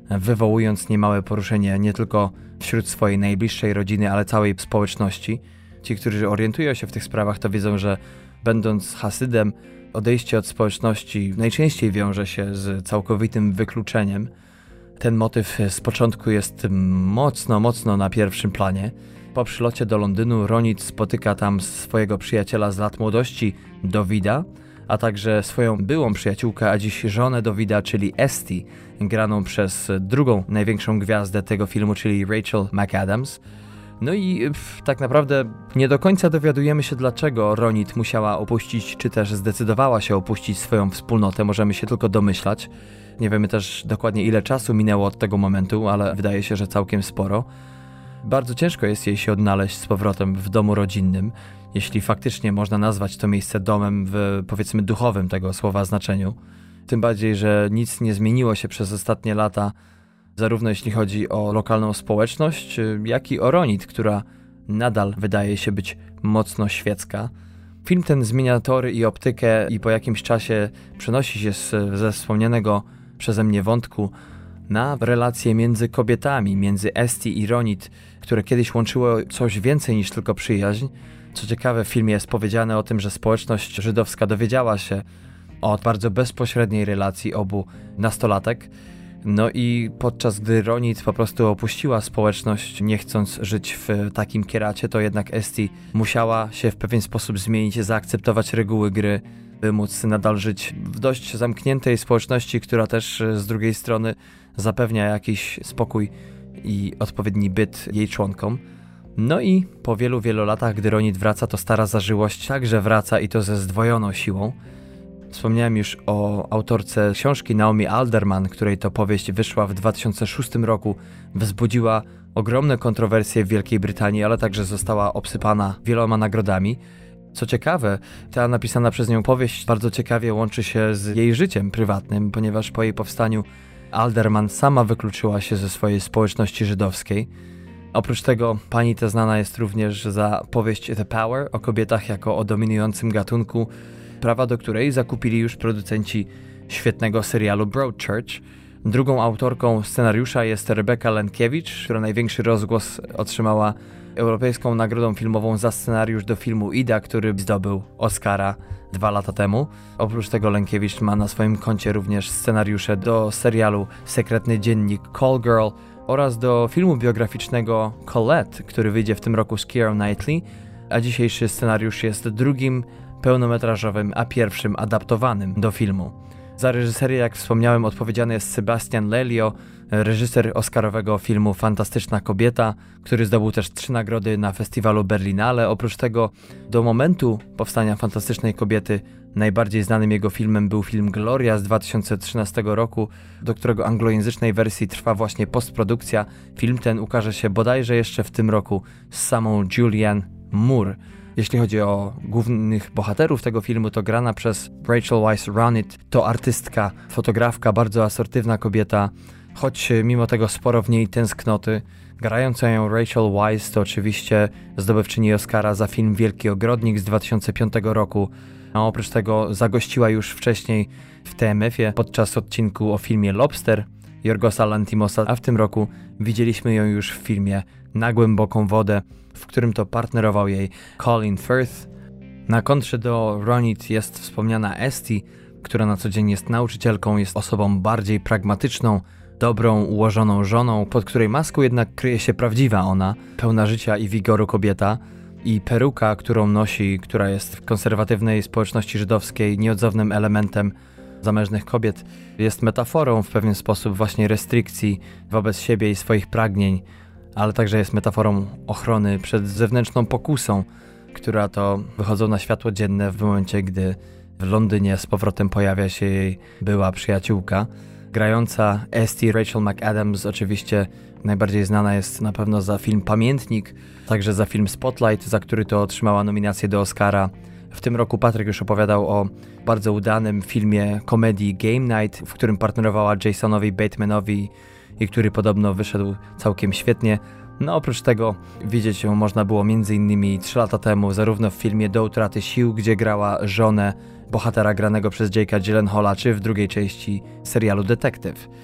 wywołując niemałe poruszenie nie tylko wśród swojej najbliższej rodziny, ale całej społeczności. Ci, którzy orientują się w tych sprawach, to wiedzą, że będąc hasydem, odejście od społeczności najczęściej wiąże się z całkowitym wykluczeniem. Ten motyw z początku jest mocno, mocno na pierwszym planie. Po przylocie do Londynu Ronit spotyka tam swojego przyjaciela z lat młodości, Dovida, a także swoją byłą przyjaciółkę, a dziś żonę Dovida, czyli Esty, graną przez drugą największą gwiazdę tego filmu, czyli Rachel McAdams. No i pff, tak naprawdę nie do końca dowiadujemy się, dlaczego Ronit musiała opuścić, czy też zdecydowała się opuścić swoją wspólnotę. Możemy się tylko domyślać. Nie wiemy też dokładnie, ile czasu minęło od tego momentu, ale wydaje się, że całkiem sporo. Bardzo ciężko jest jej się odnaleźć z powrotem w domu rodzinnym, jeśli faktycznie można nazwać to miejsce domem w, powiedzmy, duchowym tego słowa znaczeniu. Tym bardziej, że nic nie zmieniło się przez ostatnie lata, zarówno jeśli chodzi o lokalną społeczność, jak i o Ronit, która nadal wydaje się być mocno świecka. Film ten zmienia tory i optykę i po jakimś czasie przenosi się z, ze wspomnianego przeze mnie wątku na relacje między kobietami, między Esty i Ronit, które kiedyś łączyło coś więcej niż tylko przyjaźń. Co ciekawe, w filmie jest powiedziane o tym, że społeczność żydowska dowiedziała się o bardzo bezpośredniej relacji obu nastolatek. No i podczas gdy Ronit po prostu opuściła społeczność, nie chcąc żyć w takim kieracie, to jednak Esty musiała się w pewien sposób zmienić, zaakceptować reguły gry, by móc nadal żyć w dość zamkniętej społeczności, która też z drugiej strony zapewnia jakiś spokój i odpowiedni byt jej członkom. No i po wielu, wielu latach, gdy Ronit wraca, to stara zażyłość także wraca i to ze zdwojoną siłą. Wspomniałem już o autorce książki Naomi Alderman, której to powieść wyszła w dwa tysiące szóstym roku, wzbudziła ogromne kontrowersje w Wielkiej Brytanii, ale także została obsypana wieloma nagrodami. Co ciekawe, ta napisana przez nią powieść bardzo ciekawie łączy się z jej życiem prywatnym, ponieważ po jej powstaniu Alderman sama wykluczyła się ze swojej społeczności żydowskiej. Oprócz tego pani ta znana jest również za powieść The Power o kobietach jako o dominującym gatunku, prawa do której zakupili już producenci świetnego serialu Broadchurch. Drugą autorką scenariusza jest Rebecca Lenkiewicz, która największy rozgłos otrzymała Europejską Nagrodą Filmową za scenariusz do filmu Ida, który zdobył Oscara dwa lata temu. Oprócz tego Lenkiewicz ma na swoim koncie również scenariusze do serialu Sekretny Dziennik Call Girl oraz do filmu biograficznego Colette, który wyjdzie w tym roku z Keirą Knightley, a dzisiejszy scenariusz jest drugim pełnometrażowym, a pierwszym adaptowanym do filmu. Za reżyserię, jak wspomniałem, odpowiedzialny jest Sebastian Lelio, reżyser oscarowego filmu Fantastyczna kobieta, który zdobył też trzy nagrody na festiwalu Berlinale. Oprócz tego do momentu powstania Fantastycznej kobiety najbardziej znanym jego filmem był film Gloria z dwa tysiące trzynastego roku, do którego anglojęzycznej wersji trwa właśnie postprodukcja. Film ten ukaże się bodajże jeszcze w tym roku z samą Julianne Moore. Jeśli chodzi o głównych bohaterów tego filmu, to grana przez Rachel Weisz Ronit to artystka, fotografka, bardzo asertywna kobieta, choć mimo tego sporo w niej tęsknoty. Grająca ją Rachel Weisz to oczywiście zdobywczyni Oscara za film Wielki Ogrodnik z dwa tysiące piątego roku. A oprócz tego zagościła już wcześniej w T M F-ie podczas odcinku o filmie Lobster Jorgosa Lanthimosa, a w tym roku widzieliśmy ją już w filmie Na głęboką wodę, w którym to partnerował jej Colin Firth. Na kontrze do Ronit jest wspomniana Esty, która na co dzień jest nauczycielką, jest osobą bardziej pragmatyczną, dobrą, ułożoną żoną, pod której maską jednak kryje się prawdziwa ona, pełna życia i wigoru kobieta. I peruka, którą nosi, która jest w konserwatywnej społeczności żydowskiej nieodzownym elementem zamężnych kobiet, jest metaforą w pewien sposób właśnie restrykcji wobec siebie i swoich pragnień, ale także jest metaforą ochrony przed zewnętrzną pokusą, która to wychodzą na światło dzienne w momencie, gdy w Londynie z powrotem pojawia się jej była przyjaciółka. Grająca Esty Rachel McAdams oczywiście najbardziej znana jest na pewno za film Pamiętnik, także za film Spotlight, za który to otrzymała nominację do Oscara. W tym roku Patryk już opowiadał o bardzo udanym filmie komedii Game Night, w którym partnerowała Jasonowi Batemanowi i który podobno wyszedł całkiem świetnie. No oprócz tego widzieć ją można było m.in. trzy lata temu zarówno w filmie Do utraty sił, gdzie grała żonę bohatera granego przez Jake'a Gyllenhaala, czy w drugiej części serialu Detektyw.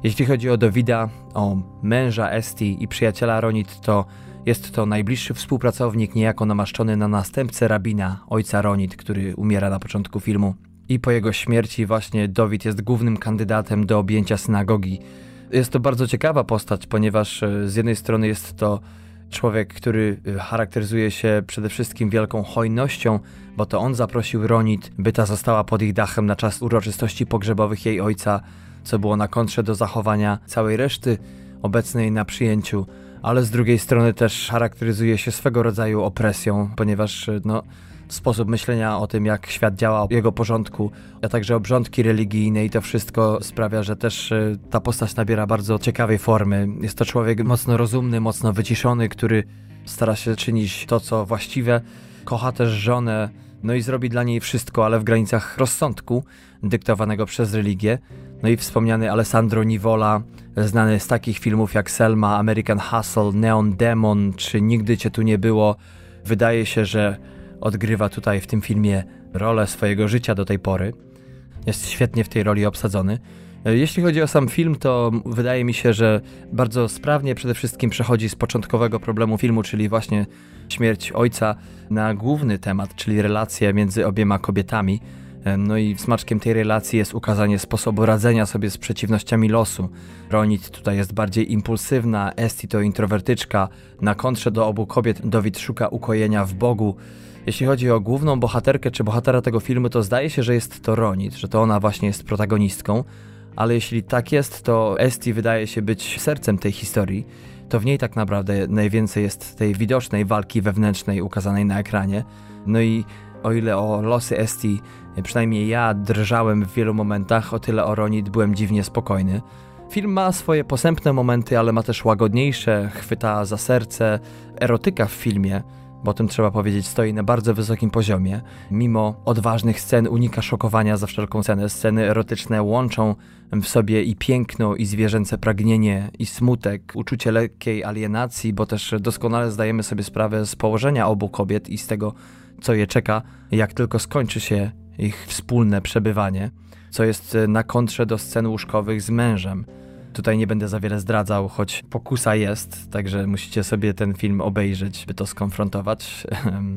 Jeśli chodzi o Dawida, o męża Esti i przyjaciela Ronit, to jest to najbliższy współpracownik, niejako namaszczony na następcę rabina, ojca Ronit, który umiera na początku filmu. I po jego śmierci właśnie Dawid jest głównym kandydatem do objęcia synagogi. Jest to bardzo ciekawa postać, ponieważ z jednej strony jest to człowiek, który charakteryzuje się przede wszystkim wielką hojnością, bo to on zaprosił Ronit, by ta została pod ich dachem na czas uroczystości pogrzebowych jej ojca, co było na kontrze do zachowania całej reszty obecnej na przyjęciu, ale z drugiej strony też charakteryzuje się swego rodzaju opresją, ponieważ no, sposób myślenia o tym, jak świat działa, o jego porządku, a także obrządki religijne i to wszystko sprawia, że też ta postać nabiera bardzo ciekawej formy. Jest to człowiek mocno rozumny, mocno wyciszony, który stara się czynić to, co właściwe, kocha też żonę, no i zrobi dla niej wszystko, ale w granicach rozsądku dyktowanego przez religię. No i wspomniany Alessandro Nivola, znany z takich filmów jak Selma, American Hustle, Neon Demon czy Nigdy Cię tu nie było. Wydaje się, że odgrywa tutaj w tym filmie rolę swojego życia do tej pory. Jest świetnie w tej roli obsadzony. Jeśli chodzi o sam film, to wydaje mi się, że bardzo sprawnie przede wszystkim przechodzi z początkowego problemu filmu, czyli właśnie śmierć ojca, na główny temat, czyli relacje między obiema kobietami. No i smaczkiem tej relacji jest ukazanie sposobu radzenia sobie z przeciwnościami losu. Ronit tutaj jest bardziej impulsywna, Esti to introwertyczka. Na kontrze do obu kobiet Dawid szuka ukojenia w Bogu. Jeśli chodzi o główną bohaterkę czy bohatera tego filmu, to zdaje się, że jest to Ronit, że to ona właśnie jest protagonistką. Ale jeśli tak jest, to Esti wydaje się być sercem tej historii. To w niej tak naprawdę najwięcej jest tej widocznej walki wewnętrznej ukazanej na ekranie. No i o ile o losy Esti przynajmniej ja drżałem w wielu momentach, o tyle o Ronit byłem dziwnie spokojny. Film ma swoje posępne momenty, ale ma też łagodniejsze, chwyta za serce. Erotyka w filmie, bo o tym trzeba powiedzieć, stoi na bardzo wysokim poziomie. Mimo odważnych scen unika szokowania za wszelką cenę. Sceny erotyczne łączą w sobie i piękno, i zwierzęce pragnienie, i smutek, uczucie lekkiej alienacji, bo też doskonale zdajemy sobie sprawę z położenia obu kobiet i z tego, co je czeka, jak tylko skończy się ich wspólne przebywanie, co jest na kontrze do scen łóżkowych z mężem. Tutaj nie będę za wiele zdradzał, choć pokusa jest, także musicie sobie ten film obejrzeć, by to skonfrontować.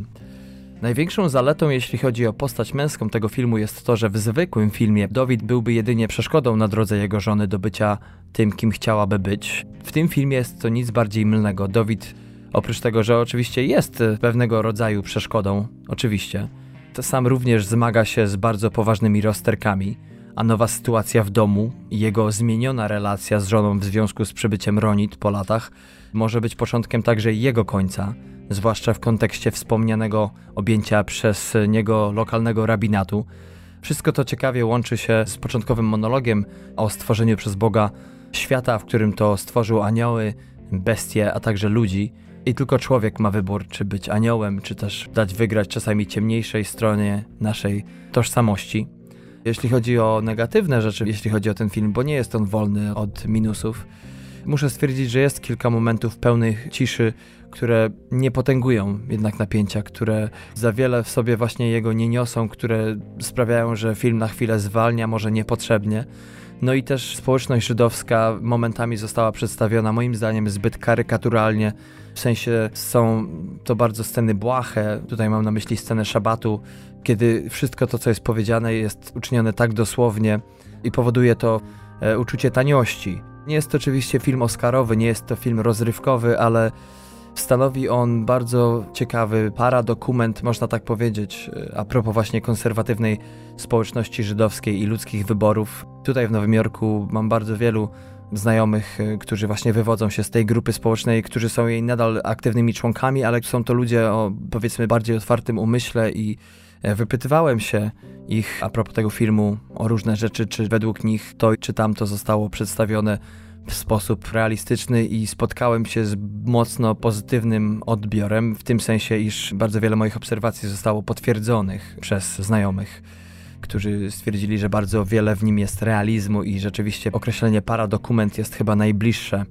Największą zaletą, jeśli chodzi o postać męską tego filmu, jest to, że w zwykłym filmie Dawid byłby jedynie przeszkodą na drodze jego żony do bycia tym, kim chciałaby być. W tym filmie jest to nic bardziej mylnego. Dawid, oprócz tego, że oczywiście jest pewnego rodzaju przeszkodą, oczywiście, to sam również zmaga się z bardzo poważnymi rozterkami, a nowa sytuacja w domu i jego zmieniona relacja z żoną w związku z przybyciem Ronit po latach może być początkiem także jego końca, zwłaszcza w kontekście wspomnianego objęcia przez niego lokalnego rabinatu. Wszystko to ciekawie łączy się z początkowym monologiem o stworzeniu przez Boga świata, w którym to stworzył anioły, bestie, a także ludzi. I tylko człowiek ma wybór, czy być aniołem, czy też dać wygrać czasami ciemniejszej stronie naszej tożsamości. Jeśli chodzi o negatywne rzeczy, jeśli chodzi o ten film, bo nie jest on wolny od minusów, muszę stwierdzić, że jest kilka momentów pełnych ciszy, które nie potęgują jednak napięcia, które za wiele w sobie właśnie jego nie niosą, które sprawiają, że film na chwilę zwalnia, może niepotrzebnie. No i też społeczność żydowska momentami została przedstawiona moim zdaniem zbyt karykaturalnie. W sensie są to bardzo sceny błahe, tutaj mam na myśli scenę szabatu, kiedy wszystko to, co jest powiedziane, jest uczynione tak dosłownie i powoduje to e, uczucie taniości. Nie jest to oczywiście film oscarowy, nie jest to film rozrywkowy, ale stanowi on bardzo ciekawy paradokument, można tak powiedzieć, a propos właśnie konserwatywnej społeczności żydowskiej i ludzkich wyborów. Tutaj w Nowym Jorku mam bardzo wielu znajomych, którzy właśnie wywodzą się z tej grupy społecznej, którzy są jej nadal aktywnymi członkami, ale są to ludzie o, powiedzmy, bardziej otwartym umyśle i wypytywałem się ich a propos tego filmu o różne rzeczy, czy według nich to czy tamto zostało przedstawione w sposób realistyczny i spotkałem się z mocno pozytywnym odbiorem, w tym sensie, iż bardzo wiele moich obserwacji zostało potwierdzonych przez znajomych, którzy stwierdzili, że bardzo wiele w nim jest realizmu i rzeczywiście określenie paradokument jest chyba najbliższe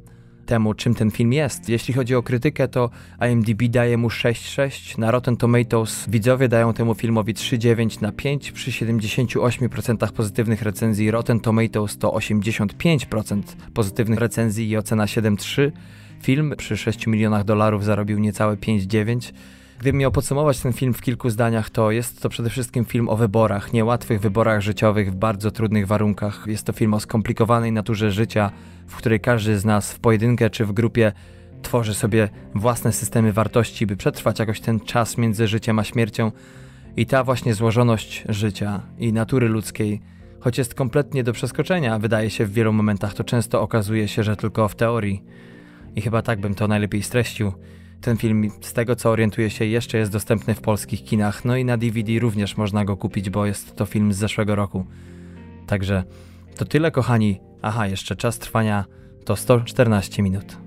temu, czym ten film jest. Jeśli chodzi o krytykę, to I M D B daje mu sześć przecinek sześć, na Rotten Tomatoes widzowie dają temu filmowi trzy przecinek dziewięć na pięć, przy siedemdziesiąt osiem procent pozytywnych recenzji. Rotten Tomatoes to osiemdziesiąt pięć procent pozytywnych recenzji i ocena siedem przecinek trzy. Film przy sześciu milionach dolarów zarobił niecałe pięć przecinek dziewięć. Gdybym miał podsumować ten film w kilku zdaniach, to jest to przede wszystkim film o wyborach, niełatwych wyborach życiowych w bardzo trudnych warunkach. Jest to film o skomplikowanej naturze życia, w której każdy z nas w pojedynkę czy w grupie tworzy sobie własne systemy wartości, by przetrwać jakoś ten czas między życiem a śmiercią. I ta właśnie złożoność życia i natury ludzkiej, choć jest kompletnie do przeskoczenia, wydaje się w wielu momentach, to często okazuje się, że tylko w teorii. I chyba tak bym to najlepiej streścił. Ten film, z tego co orientuję się, jeszcze jest dostępny w polskich kinach, no i na D V D również można go kupić, bo jest to film z zeszłego roku. Także to tyle, kochani. Aha, jeszcze czas trwania to sto czternaście minut.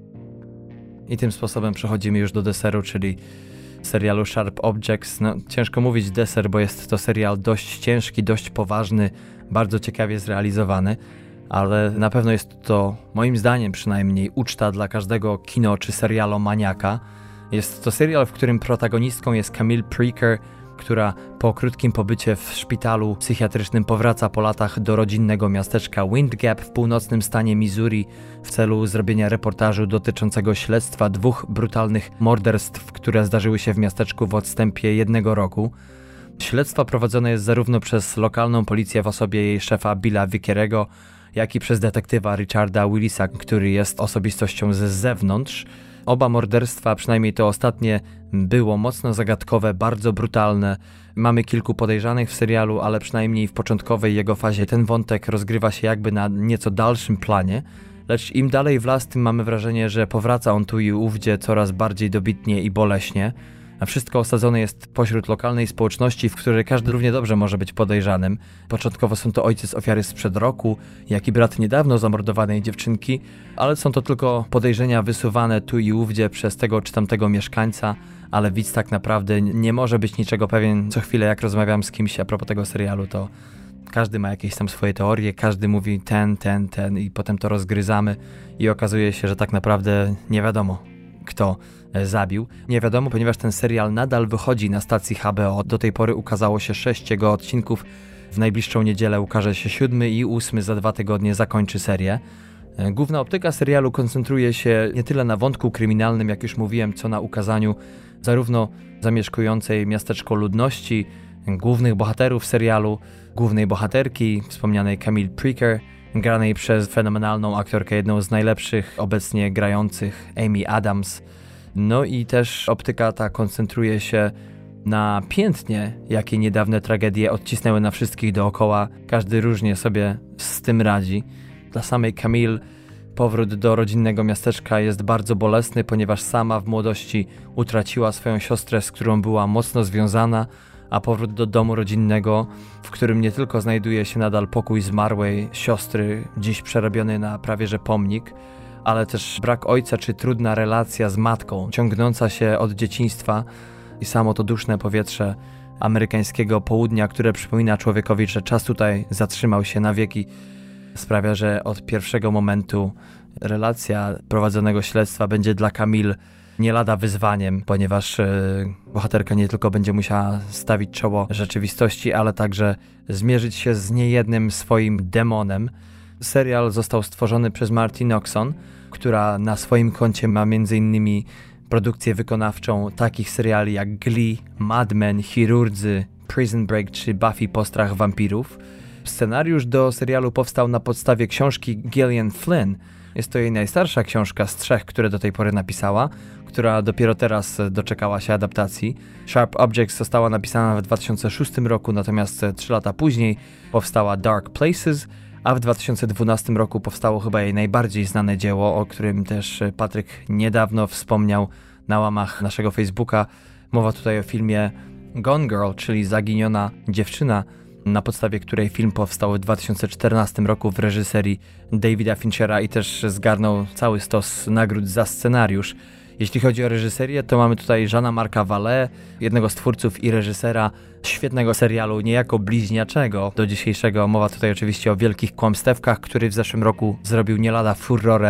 I tym sposobem przechodzimy już do deseru, czyli serialu Sharp Objects. No, ciężko mówić deser, bo jest to serial dość ciężki, dość poważny, bardzo ciekawie zrealizowany, ale na pewno jest to, moim zdaniem przynajmniej, uczta dla każdego kino czy serialomaniaka. Jest to serial, w którym protagonistką jest Camille Preaker, która po krótkim pobycie w szpitalu psychiatrycznym powraca po latach do rodzinnego miasteczka Wind Gap w północnym stanie Missouri w celu zrobienia reportażu dotyczącego śledztwa dwóch brutalnych morderstw, które zdarzyły się w miasteczku w odstępie jednego roku. Śledztwo prowadzone jest zarówno przez lokalną policję w osobie jej szefa Billa Vickerego, jak i przez detektywa Richarda Willisa, który jest osobistością z zewnątrz. Oba morderstwa, przynajmniej to ostatnie, było mocno zagadkowe, bardzo brutalne. Mamy kilku podejrzanych w serialu, ale przynajmniej w początkowej jego fazie ten wątek rozgrywa się jakby na nieco dalszym planie. Lecz im dalej w las, tym mamy wrażenie, że powraca on tu i ówdzie coraz bardziej dobitnie i boleśnie. A wszystko osadzone jest pośród lokalnej społeczności, w której każdy równie dobrze może być podejrzanym. Początkowo są to ojciec ofiary sprzed roku, jak i brat niedawno zamordowanej dziewczynki, ale są to tylko podejrzenia wysuwane tu i ówdzie przez tego czy tamtego mieszkańca, ale widz tak naprawdę nie może być niczego pewien. Co chwilę jak rozmawiam z kimś a propos tego serialu, to każdy ma jakieś tam swoje teorie, każdy mówi ten, ten, ten i potem to rozgryzamy i okazuje się, że tak naprawdę nie wiadomo, kto zabił. Nie wiadomo, ponieważ ten serial nadal wychodzi na stacji H B O. Do tej pory ukazało się sześć jego odcinków. W najbliższą niedzielę ukaże się siódmy i ósmy, za dwa tygodnie zakończy serię. Główna optyka serialu koncentruje się nie tyle na wątku kryminalnym, jak już mówiłem, co na ukazaniu zarówno zamieszkującej miasteczko ludności, głównych bohaterów serialu, głównej bohaterki, wspomnianej Camille Preaker, granej przez fenomenalną aktorkę, jedną z najlepszych obecnie grających, Amy Adams. No i też optyka ta koncentruje się na piętnie, jakie niedawne tragedie odcisnęły na wszystkich dookoła. Każdy różnie sobie z tym radzi. Dla samej Camille powrót do rodzinnego miasteczka jest bardzo bolesny, ponieważ sama w młodości utraciła swoją siostrę, z którą była mocno związana, a powrót do domu rodzinnego, w którym nie tylko znajduje się nadal pokój zmarłej siostry, dziś przerobiony na prawie że pomnik, ale też brak ojca czy trudna relacja z matką, ciągnąca się od dzieciństwa i samo to duszne powietrze amerykańskiego południa, które przypomina człowiekowi, że czas tutaj zatrzymał się na wieki, sprawia, że od pierwszego momentu relacja prowadzonego śledztwa będzie dla Camille nie lada wyzwaniem, ponieważ yy, bohaterka nie tylko będzie musiała stawić czoło rzeczywistości, ale także zmierzyć się z niejednym swoim demonem. Serial został stworzony przez Marti Noxon, która na swoim koncie ma między innymi produkcję wykonawczą takich seriali jak Glee, Mad Men, Chirurdzy, Prison Break czy Buffy Postrach Wampirów. Scenariusz do serialu powstał na podstawie książki Gillian Flynn. Jest to jej najstarsza książka z trzech, które do tej pory napisała, która dopiero teraz doczekała się adaptacji. Sharp Objects została napisana w dwa tysiące szóstym roku, natomiast trzy lata później powstała Dark Places, a w dwa tysiące dwunastym roku powstało chyba jej najbardziej znane dzieło, o którym też Patryk niedawno wspomniał na łamach naszego Facebooka. Mowa tutaj o filmie Gone Girl, czyli Zaginiona dziewczyna, na podstawie której film powstał w dwa tysiące czternastym roku w reżyserii Davida Finchera i też zgarnął cały stos nagród za scenariusz. Jeśli chodzi o reżyserię, to mamy tutaj Jeana Marca Vallée, jednego z twórców i reżysera świetnego serialu niejako bliźniaczego do dzisiejszego. Mowa tutaj oczywiście o Wielkich Kłamstewkach, który w zeszłym roku zrobił nie lada furorę,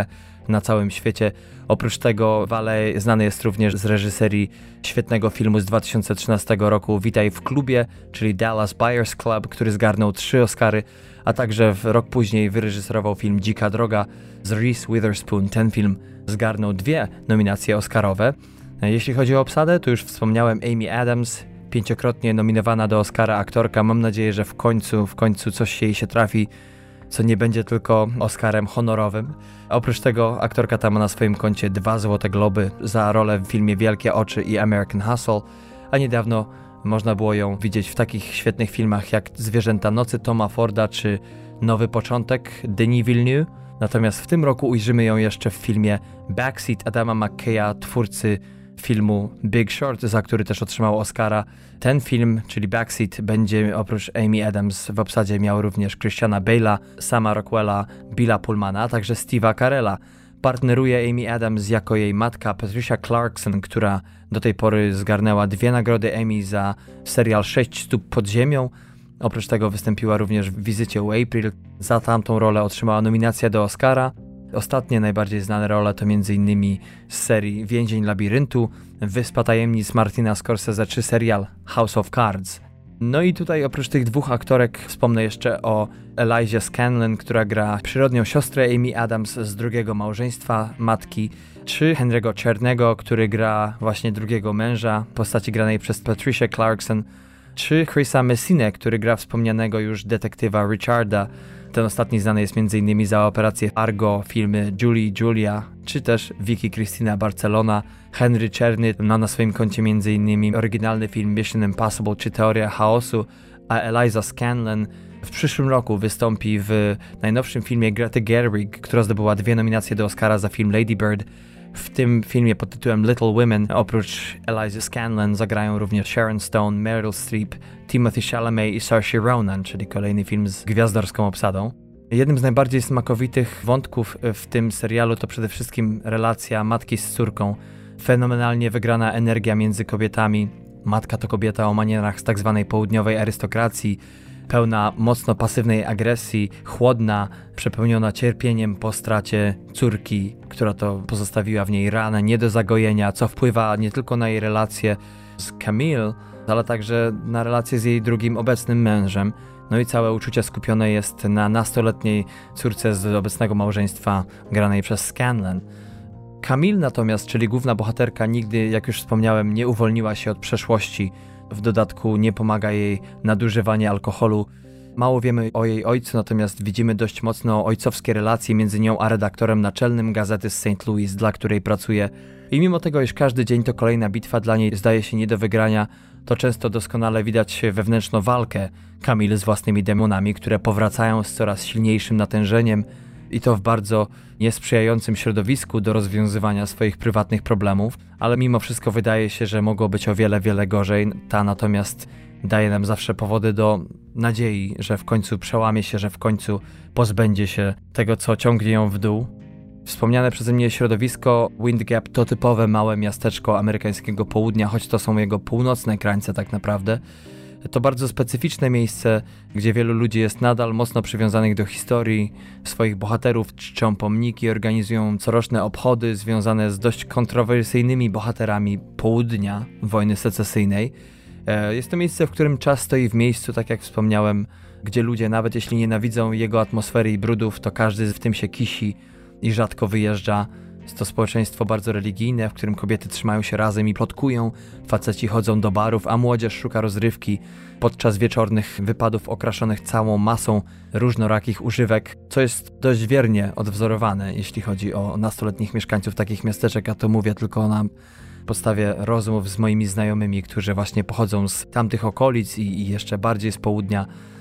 na całym świecie. Oprócz tego Vallee znany jest również z reżyserii świetnego filmu z dwa tysiące trzynastego roku Witaj w klubie, czyli Dallas Buyers Club, który zgarnął trzy Oscary, a także w rok później wyreżyserował film Dzika droga z Reese Witherspoon. Ten film zgarnął dwie nominacje oscarowe. Jeśli chodzi o obsadę, to już wspomniałem Amy Adams, pięciokrotnie nominowana do Oscara aktorka. Mam nadzieję, że w końcu, w końcu coś jej się trafi, co nie będzie tylko Oscarem honorowym. Oprócz tego aktorka ta ma na swoim koncie dwa Złote Globy za rolę w filmie Wielkie oczy i American Hustle, a niedawno można było ją widzieć w takich świetnych filmach jak Zwierzęta nocy Toma Forda czy Nowy początek Denis Villeneuve. Natomiast w tym roku ujrzymy ją jeszcze w filmie Backseat Adama McKaya, twórcy filmu Big Short, za który też otrzymał Oscara. Ten film, czyli Backseat, będzie oprócz Amy Adams w obsadzie miał również Christiana Bale'a, Sama Rockwella, Billa Pullmana, a także Steve'a Carella. Partneruje Amy Adams jako jej matka Patricia Clarkson, która do tej pory zgarnęła dwie nagrody Emmy za serial Sześć stóp pod ziemią. Oprócz tego wystąpiła również w Wizycie u April. Za tamtą rolę otrzymała nominację do Oscara. Ostatnie najbardziej znane role to m.in. z serii Więzień labiryntu, Wyspa tajemnic Martina Scorsese czy serial House of Cards. No i tutaj oprócz tych dwóch aktorek wspomnę jeszcze o Elizie Scanlon, która gra przyrodnią siostrę Amy Adams z drugiego małżeństwa matki, czy Henry'ego Czernego, który gra właśnie drugiego męża, postaci granej przez Patricia Clarkson, czy Chrisa Messinę, który gra wspomnianego już detektywa Richarda. Ten ostatni znany jest m.in. za operację Argo, filmy Julie, Julia, czy też Vicky Cristina Barcelona. Henry Czerny ma na swoim koncie m.in. oryginalny film Mission Impossible czy Teoria chaosu, a Eliza Scanlon w przyszłym roku wystąpi w najnowszym filmie Grety Gerwig, która zdobyła dwie nominacje do Oscara za film Lady Bird. W tym filmie pod tytułem Little Women oprócz Eliza Scanlon zagrają również Sharon Stone, Meryl Streep, Timothée Chalamet i Saoirse Ronan, czyli kolejny film z gwiazdorską obsadą. Jednym z najbardziej smakowitych wątków w tym serialu to przede wszystkim relacja matki z córką. Fenomenalnie wygrana energia między kobietami. Matka to kobieta o manierach z tak zwanej południowej arystokracji, pełna mocno pasywnej agresji, chłodna, przepełniona cierpieniem po stracie córki, która to pozostawiła w niej ranę nie do zagojenia, co wpływa nie tylko na jej relacje z Camille, ale także na relacje z jej drugim obecnym mężem. No i całe uczucie skupione jest na nastoletniej córce z obecnego małżeństwa granej przez Scanlon. Camille natomiast, czyli główna bohaterka, nigdy, jak już wspomniałem, nie uwolniła się od przeszłości. W dodatku nie pomaga jej nadużywanie alkoholu. Mało wiemy o jej ojcu, natomiast widzimy dość mocno ojcowskie relacje między nią a redaktorem naczelnym gazety z Saint Louis, dla której pracuje. I mimo tego, iż każdy dzień to kolejna bitwa dla niej zdaje się nie do wygrania, to często doskonale widać wewnętrzną walkę Camille z własnymi demonami, które powracają z coraz silniejszym natężeniem i to w bardzo niesprzyjającym środowisku do rozwiązywania swoich prywatnych problemów, ale mimo wszystko wydaje się, że mogło być o wiele, wiele gorzej. Ta natomiast daje nam zawsze powody do nadziei, że w końcu przełamie się, że w końcu pozbędzie się tego, co ciągnie ją w dół. Wspomniane przeze mnie środowisko Wind Gap to typowe małe miasteczko amerykańskiego południa, choć to są jego północne krańce tak naprawdę. To bardzo specyficzne miejsce, gdzie wielu ludzi jest nadal mocno przywiązanych do historii swoich bohaterów, czczą pomniki, organizują coroczne obchody związane z dość kontrowersyjnymi bohaterami południa wojny secesyjnej. Jest to miejsce, w którym czas stoi w miejscu, tak jak wspomniałem, gdzie ludzie, nawet jeśli nienawidzą jego atmosfery i brudów, to każdy w tym się kisi i rzadko wyjeżdża. Jest to społeczeństwo bardzo religijne, w którym kobiety trzymają się razem i plotkują, faceci chodzą do barów, a młodzież szuka rozrywki podczas wieczornych wypadów okraszonych całą masą różnorakich używek, co jest dość wiernie odwzorowane, jeśli chodzi o nastoletnich mieszkańców takich miasteczek, a to mówię tylko na podstawie rozmów z moimi znajomymi, którzy właśnie pochodzą z tamtych okolic i, i jeszcze bardziej z południa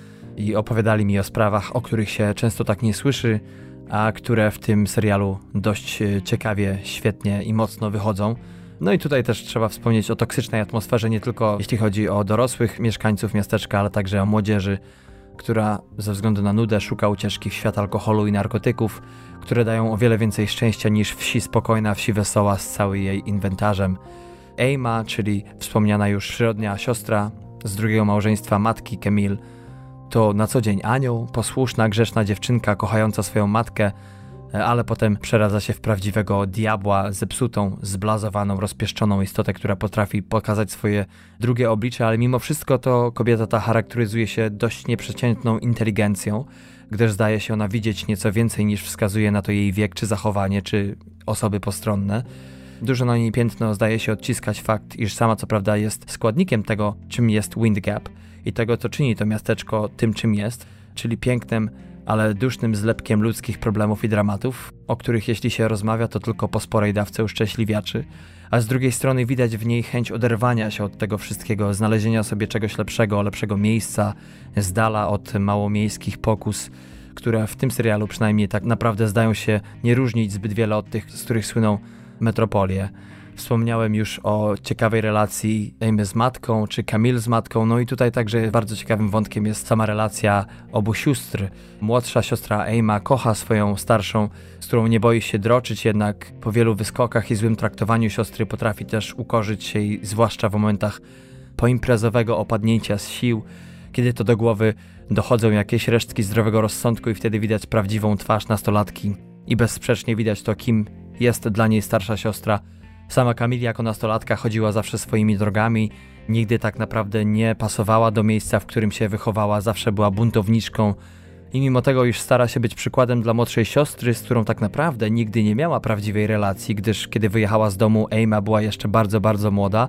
i opowiadali mi o sprawach, o których się często tak nie słyszy, a które w tym serialu dość ciekawie, świetnie i mocno wychodzą. No i tutaj też trzeba wspomnieć o toksycznej atmosferze, nie tylko jeśli chodzi o dorosłych mieszkańców miasteczka, ale także o młodzieży, która ze względu na nudę szuka ucieczki w świat alkoholu i narkotyków, które dają o wiele więcej szczęścia niż wsi spokojna, wsi wesoła z całym jej inwentarzem. Ema, czyli wspomniana już przyrodnia siostra z drugiego małżeństwa matki Camille, to na co dzień anioł, posłuszna, grzeczna dziewczynka kochająca swoją matkę, ale potem przeradza się w prawdziwego diabła, zepsutą, zblazowaną, rozpieszczoną istotę, która potrafi pokazać swoje drugie oblicze, ale mimo wszystko to kobieta ta charakteryzuje się dość nieprzeciętną inteligencją, gdyż zdaje się ona widzieć nieco więcej niż wskazuje na to jej wiek, czy zachowanie, czy osoby postronne. Dużo na niej piętno zdaje się odciskać fakt, iż sama co prawda jest składnikiem tego, czym jest Windgap i tego, co czyni to miasteczko tym, czym jest, czyli pięknym, ale dusznym zlepkiem ludzkich problemów i dramatów, o których jeśli się rozmawia, to tylko po sporej dawce uszczęśliwiaczy, a z drugiej strony widać w niej chęć oderwania się od tego wszystkiego, znalezienia sobie czegoś lepszego, lepszego miejsca, z dala od małomiejskich pokus, które w tym serialu przynajmniej tak naprawdę zdają się nie różnić zbyt wiele od tych, z których słyną metropolie. Wspomniałem już o ciekawej relacji Amy z matką, czy Camille z matką, no i tutaj także bardzo ciekawym wątkiem jest sama relacja obu sióstr. Młodsza siostra Amy kocha swoją starszą, z którą nie boi się droczyć, jednak po wielu wyskokach i złym traktowaniu siostry potrafi też ukorzyć się jej, zwłaszcza w momentach poimprezowego opadnięcia z sił, kiedy to do głowy dochodzą jakieś resztki zdrowego rozsądku i wtedy widać prawdziwą twarz nastolatki i bezsprzecznie widać to, kim jest dla niej starsza siostra. Sama Camille jako nastolatka chodziła zawsze swoimi drogami, nigdy tak naprawdę nie pasowała do miejsca, w którym się wychowała, zawsze była buntowniczką i mimo tego już stara się być przykładem dla młodszej siostry, z którą tak naprawdę nigdy nie miała prawdziwej relacji, gdyż kiedy wyjechała z domu, Amy była jeszcze bardzo, bardzo młoda.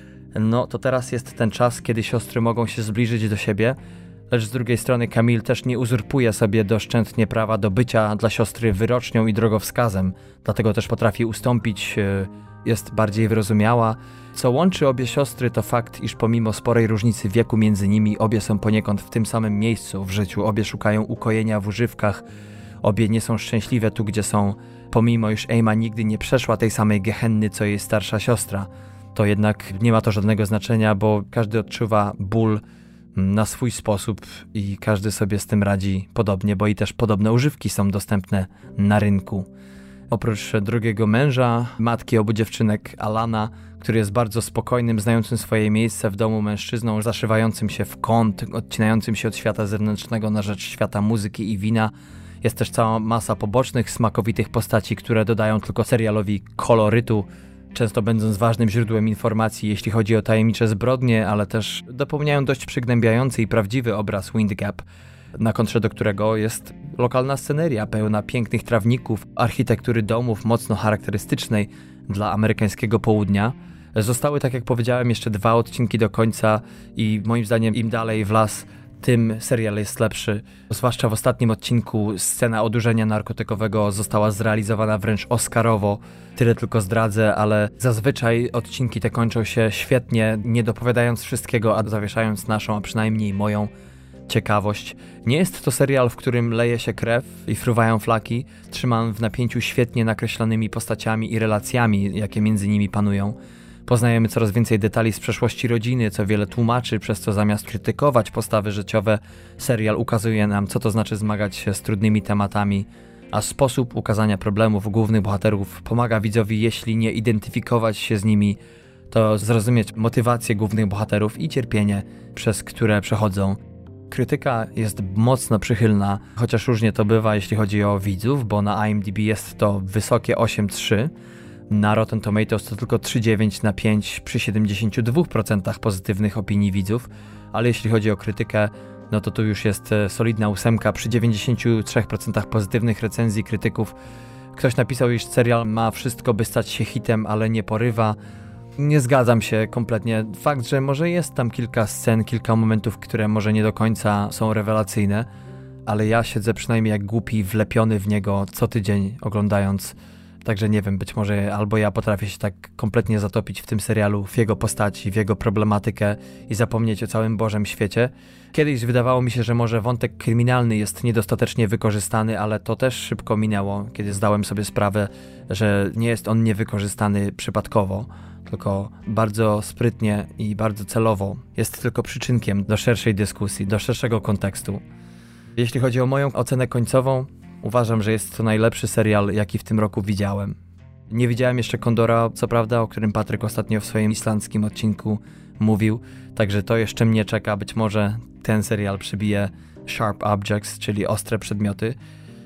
No to teraz jest ten czas, kiedy siostry mogą się zbliżyć do siebie, lecz z drugiej strony Camille też nie uzurpuje sobie doszczętnie prawa do bycia dla siostry wyrocznią i drogowskazem, dlatego też potrafi ustąpić, jest bardziej wyrozumiała. Co łączy obie siostry to fakt, iż pomimo sporej różnicy wieku między nimi, obie są poniekąd w tym samym miejscu w życiu, obie szukają ukojenia w używkach, obie nie są szczęśliwe tu, gdzie są, pomimo iż Amy nigdy nie przeszła tej samej gehenny, co jej starsza siostra. To jednak nie ma to żadnego znaczenia, bo każdy odczuwa ból na swój sposób i każdy sobie z tym radzi podobnie, bo i też podobne używki są dostępne na rynku. Oprócz drugiego męża, matki obu dziewczynek, Alana, który jest bardzo spokojnym, znającym swoje miejsce w domu mężczyzną, zaszywającym się w kąt, odcinającym się od świata zewnętrznego na rzecz świata muzyki i wina. Jest też cała masa pobocznych, smakowitych postaci, które dodają tylko serialowi kolorytu, często będąc ważnym źródłem informacji, jeśli chodzi o tajemnicze zbrodnie, ale też dopełniają dość przygnębiający i prawdziwy obraz Windgap, na kontrze do którego jest lokalna sceneria pełna pięknych trawników, architektury domów mocno charakterystycznej dla amerykańskiego południa. Zostały, tak jak powiedziałem, jeszcze dwa odcinki do końca i moim zdaniem im dalej w las, tym serial jest lepszy. Zwłaszcza w ostatnim odcinku scena odurzenia narkotykowego została zrealizowana wręcz oscarowo. Tyle tylko zdradzę, ale zazwyczaj odcinki te kończą się świetnie, nie dopowiadając wszystkiego, a zawieszając naszą, a przynajmniej moją ciekawość. Nie jest to serial, w którym leje się krew i fruwają flaki, trzymam w napięciu świetnie nakreślonymi postaciami i relacjami, jakie między nimi panują. Poznajemy coraz więcej detali z przeszłości rodziny, co wiele tłumaczy, przez co zamiast krytykować postawy życiowe, serial ukazuje nam, co to znaczy zmagać się z trudnymi tematami, a sposób ukazania problemów głównych bohaterów pomaga widzowi, jeśli nie identyfikować się z nimi, to zrozumieć motywację głównych bohaterów i cierpienie, przez które przechodzą. Krytyka jest mocno przychylna, chociaż różnie to bywa, jeśli chodzi o widzów, bo na I M D B jest to wysokie osiem trzy, na Rotten Tomatoes to tylko trzy dziewięć na pięć przy siedemdziesięciu dwóch procentach pozytywnych opinii widzów, ale jeśli chodzi o krytykę, no to tu już jest solidna ósemka przy dziewięćdziesięciu trzech procentach pozytywnych recenzji krytyków. Ktoś napisał, iż serial ma wszystko, by stać się hitem, ale nie porywa. Nie zgadzam się kompletnie. Fakt, że może jest tam kilka scen, kilka momentów, które może nie do końca są rewelacyjne, ale ja siedzę przynajmniej jak głupi wlepiony w niego co tydzień oglądając. Także nie wiem, być może albo ja potrafię się tak kompletnie zatopić w tym serialu, w jego postaci, w jego problematykę i zapomnieć o całym Bożym świecie. Kiedyś wydawało mi się, że może wątek kryminalny jest niedostatecznie wykorzystany, ale to też szybko minęło, kiedy zdałem sobie sprawę, że nie jest on niewykorzystany przypadkowo, tylko bardzo sprytnie i bardzo celowo. Jest tylko przyczynkiem do szerszej dyskusji, do szerszego kontekstu. Jeśli chodzi o moją ocenę końcową, uważam, że jest to najlepszy serial, jaki w tym roku widziałem. Nie widziałem jeszcze Kondora, co prawda, o którym Patryk ostatnio w swoim islandzkim odcinku mówił, także to jeszcze mnie czeka. Być może ten serial przybije Sharp Objects, czyli ostre przedmioty.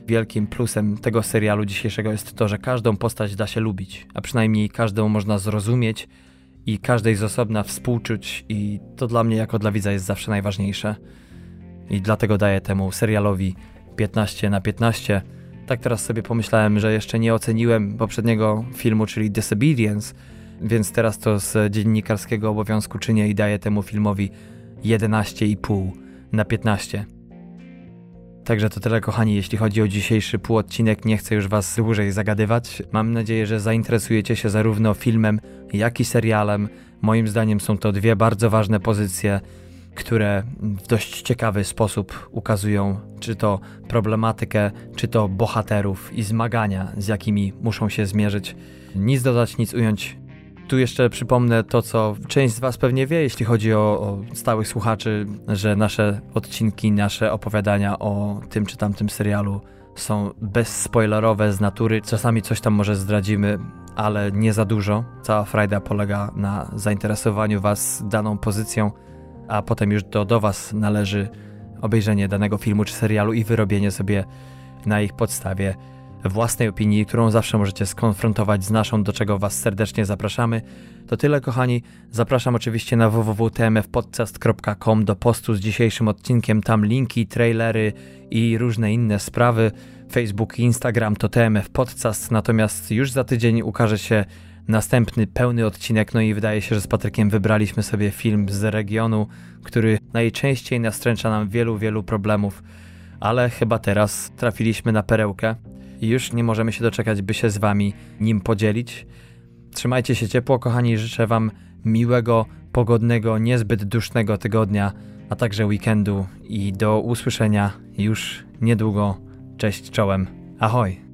Wielkim plusem tego serialu dzisiejszego jest to, że każdą postać da się lubić, a przynajmniej każdą można zrozumieć i każdej z osobna współczuć i to dla mnie jako dla widza jest zawsze najważniejsze. I dlatego daję temu serialowi piętnaście na piętnaście. Tak teraz sobie pomyślałem, że jeszcze nie oceniłem poprzedniego filmu, czyli Disobedience, więc teraz to z dziennikarskiego obowiązku czynię i daję temu filmowi jedenaście i pół na piętnaście. Także to tyle, kochani, jeśli chodzi o dzisiejszy półodcinek. Nie chcę już was dłużej zagadywać. Mam nadzieję, że zainteresujecie się zarówno filmem, jak i serialem. Moim zdaniem są to dwie bardzo ważne pozycje, które w dość ciekawy sposób ukazują czy to problematykę, czy to bohaterów i zmagania, z jakimi muszą się zmierzyć. Nic dodać, nic ująć. Tu jeszcze przypomnę to, co część z was pewnie wie, jeśli chodzi o, o stałych słuchaczy, że nasze odcinki, nasze opowiadania o tym czy tamtym serialu są bezspoilerowe z natury. Czasami coś tam może zdradzimy, ale nie za dużo. Cała frajda polega na zainteresowaniu was daną pozycją, a potem już do, do was należy obejrzenie danego filmu czy serialu i wyrobienie sobie na ich podstawie własnej opinii, którą zawsze możecie skonfrontować z naszą, do czego was serdecznie zapraszamy. To tyle, kochani. Zapraszam oczywiście na w w w kropka t m f podcast kropka com do postu z dzisiejszym odcinkiem. Tam linki, trailery i różne inne sprawy. Facebook i Instagram to T M F Podcast, natomiast już za tydzień ukaże się następny pełny odcinek, no i wydaje się, że z Patrykiem wybraliśmy sobie film z regionu, który najczęściej nastręcza nam wielu, wielu problemów, ale chyba teraz trafiliśmy na perełkę i już nie możemy się doczekać, by się z wami nim podzielić. Trzymajcie się ciepło, kochani, życzę wam miłego, pogodnego, niezbyt dusznego tygodnia, a także weekendu i do usłyszenia już niedługo. Cześć czołem, ahoj!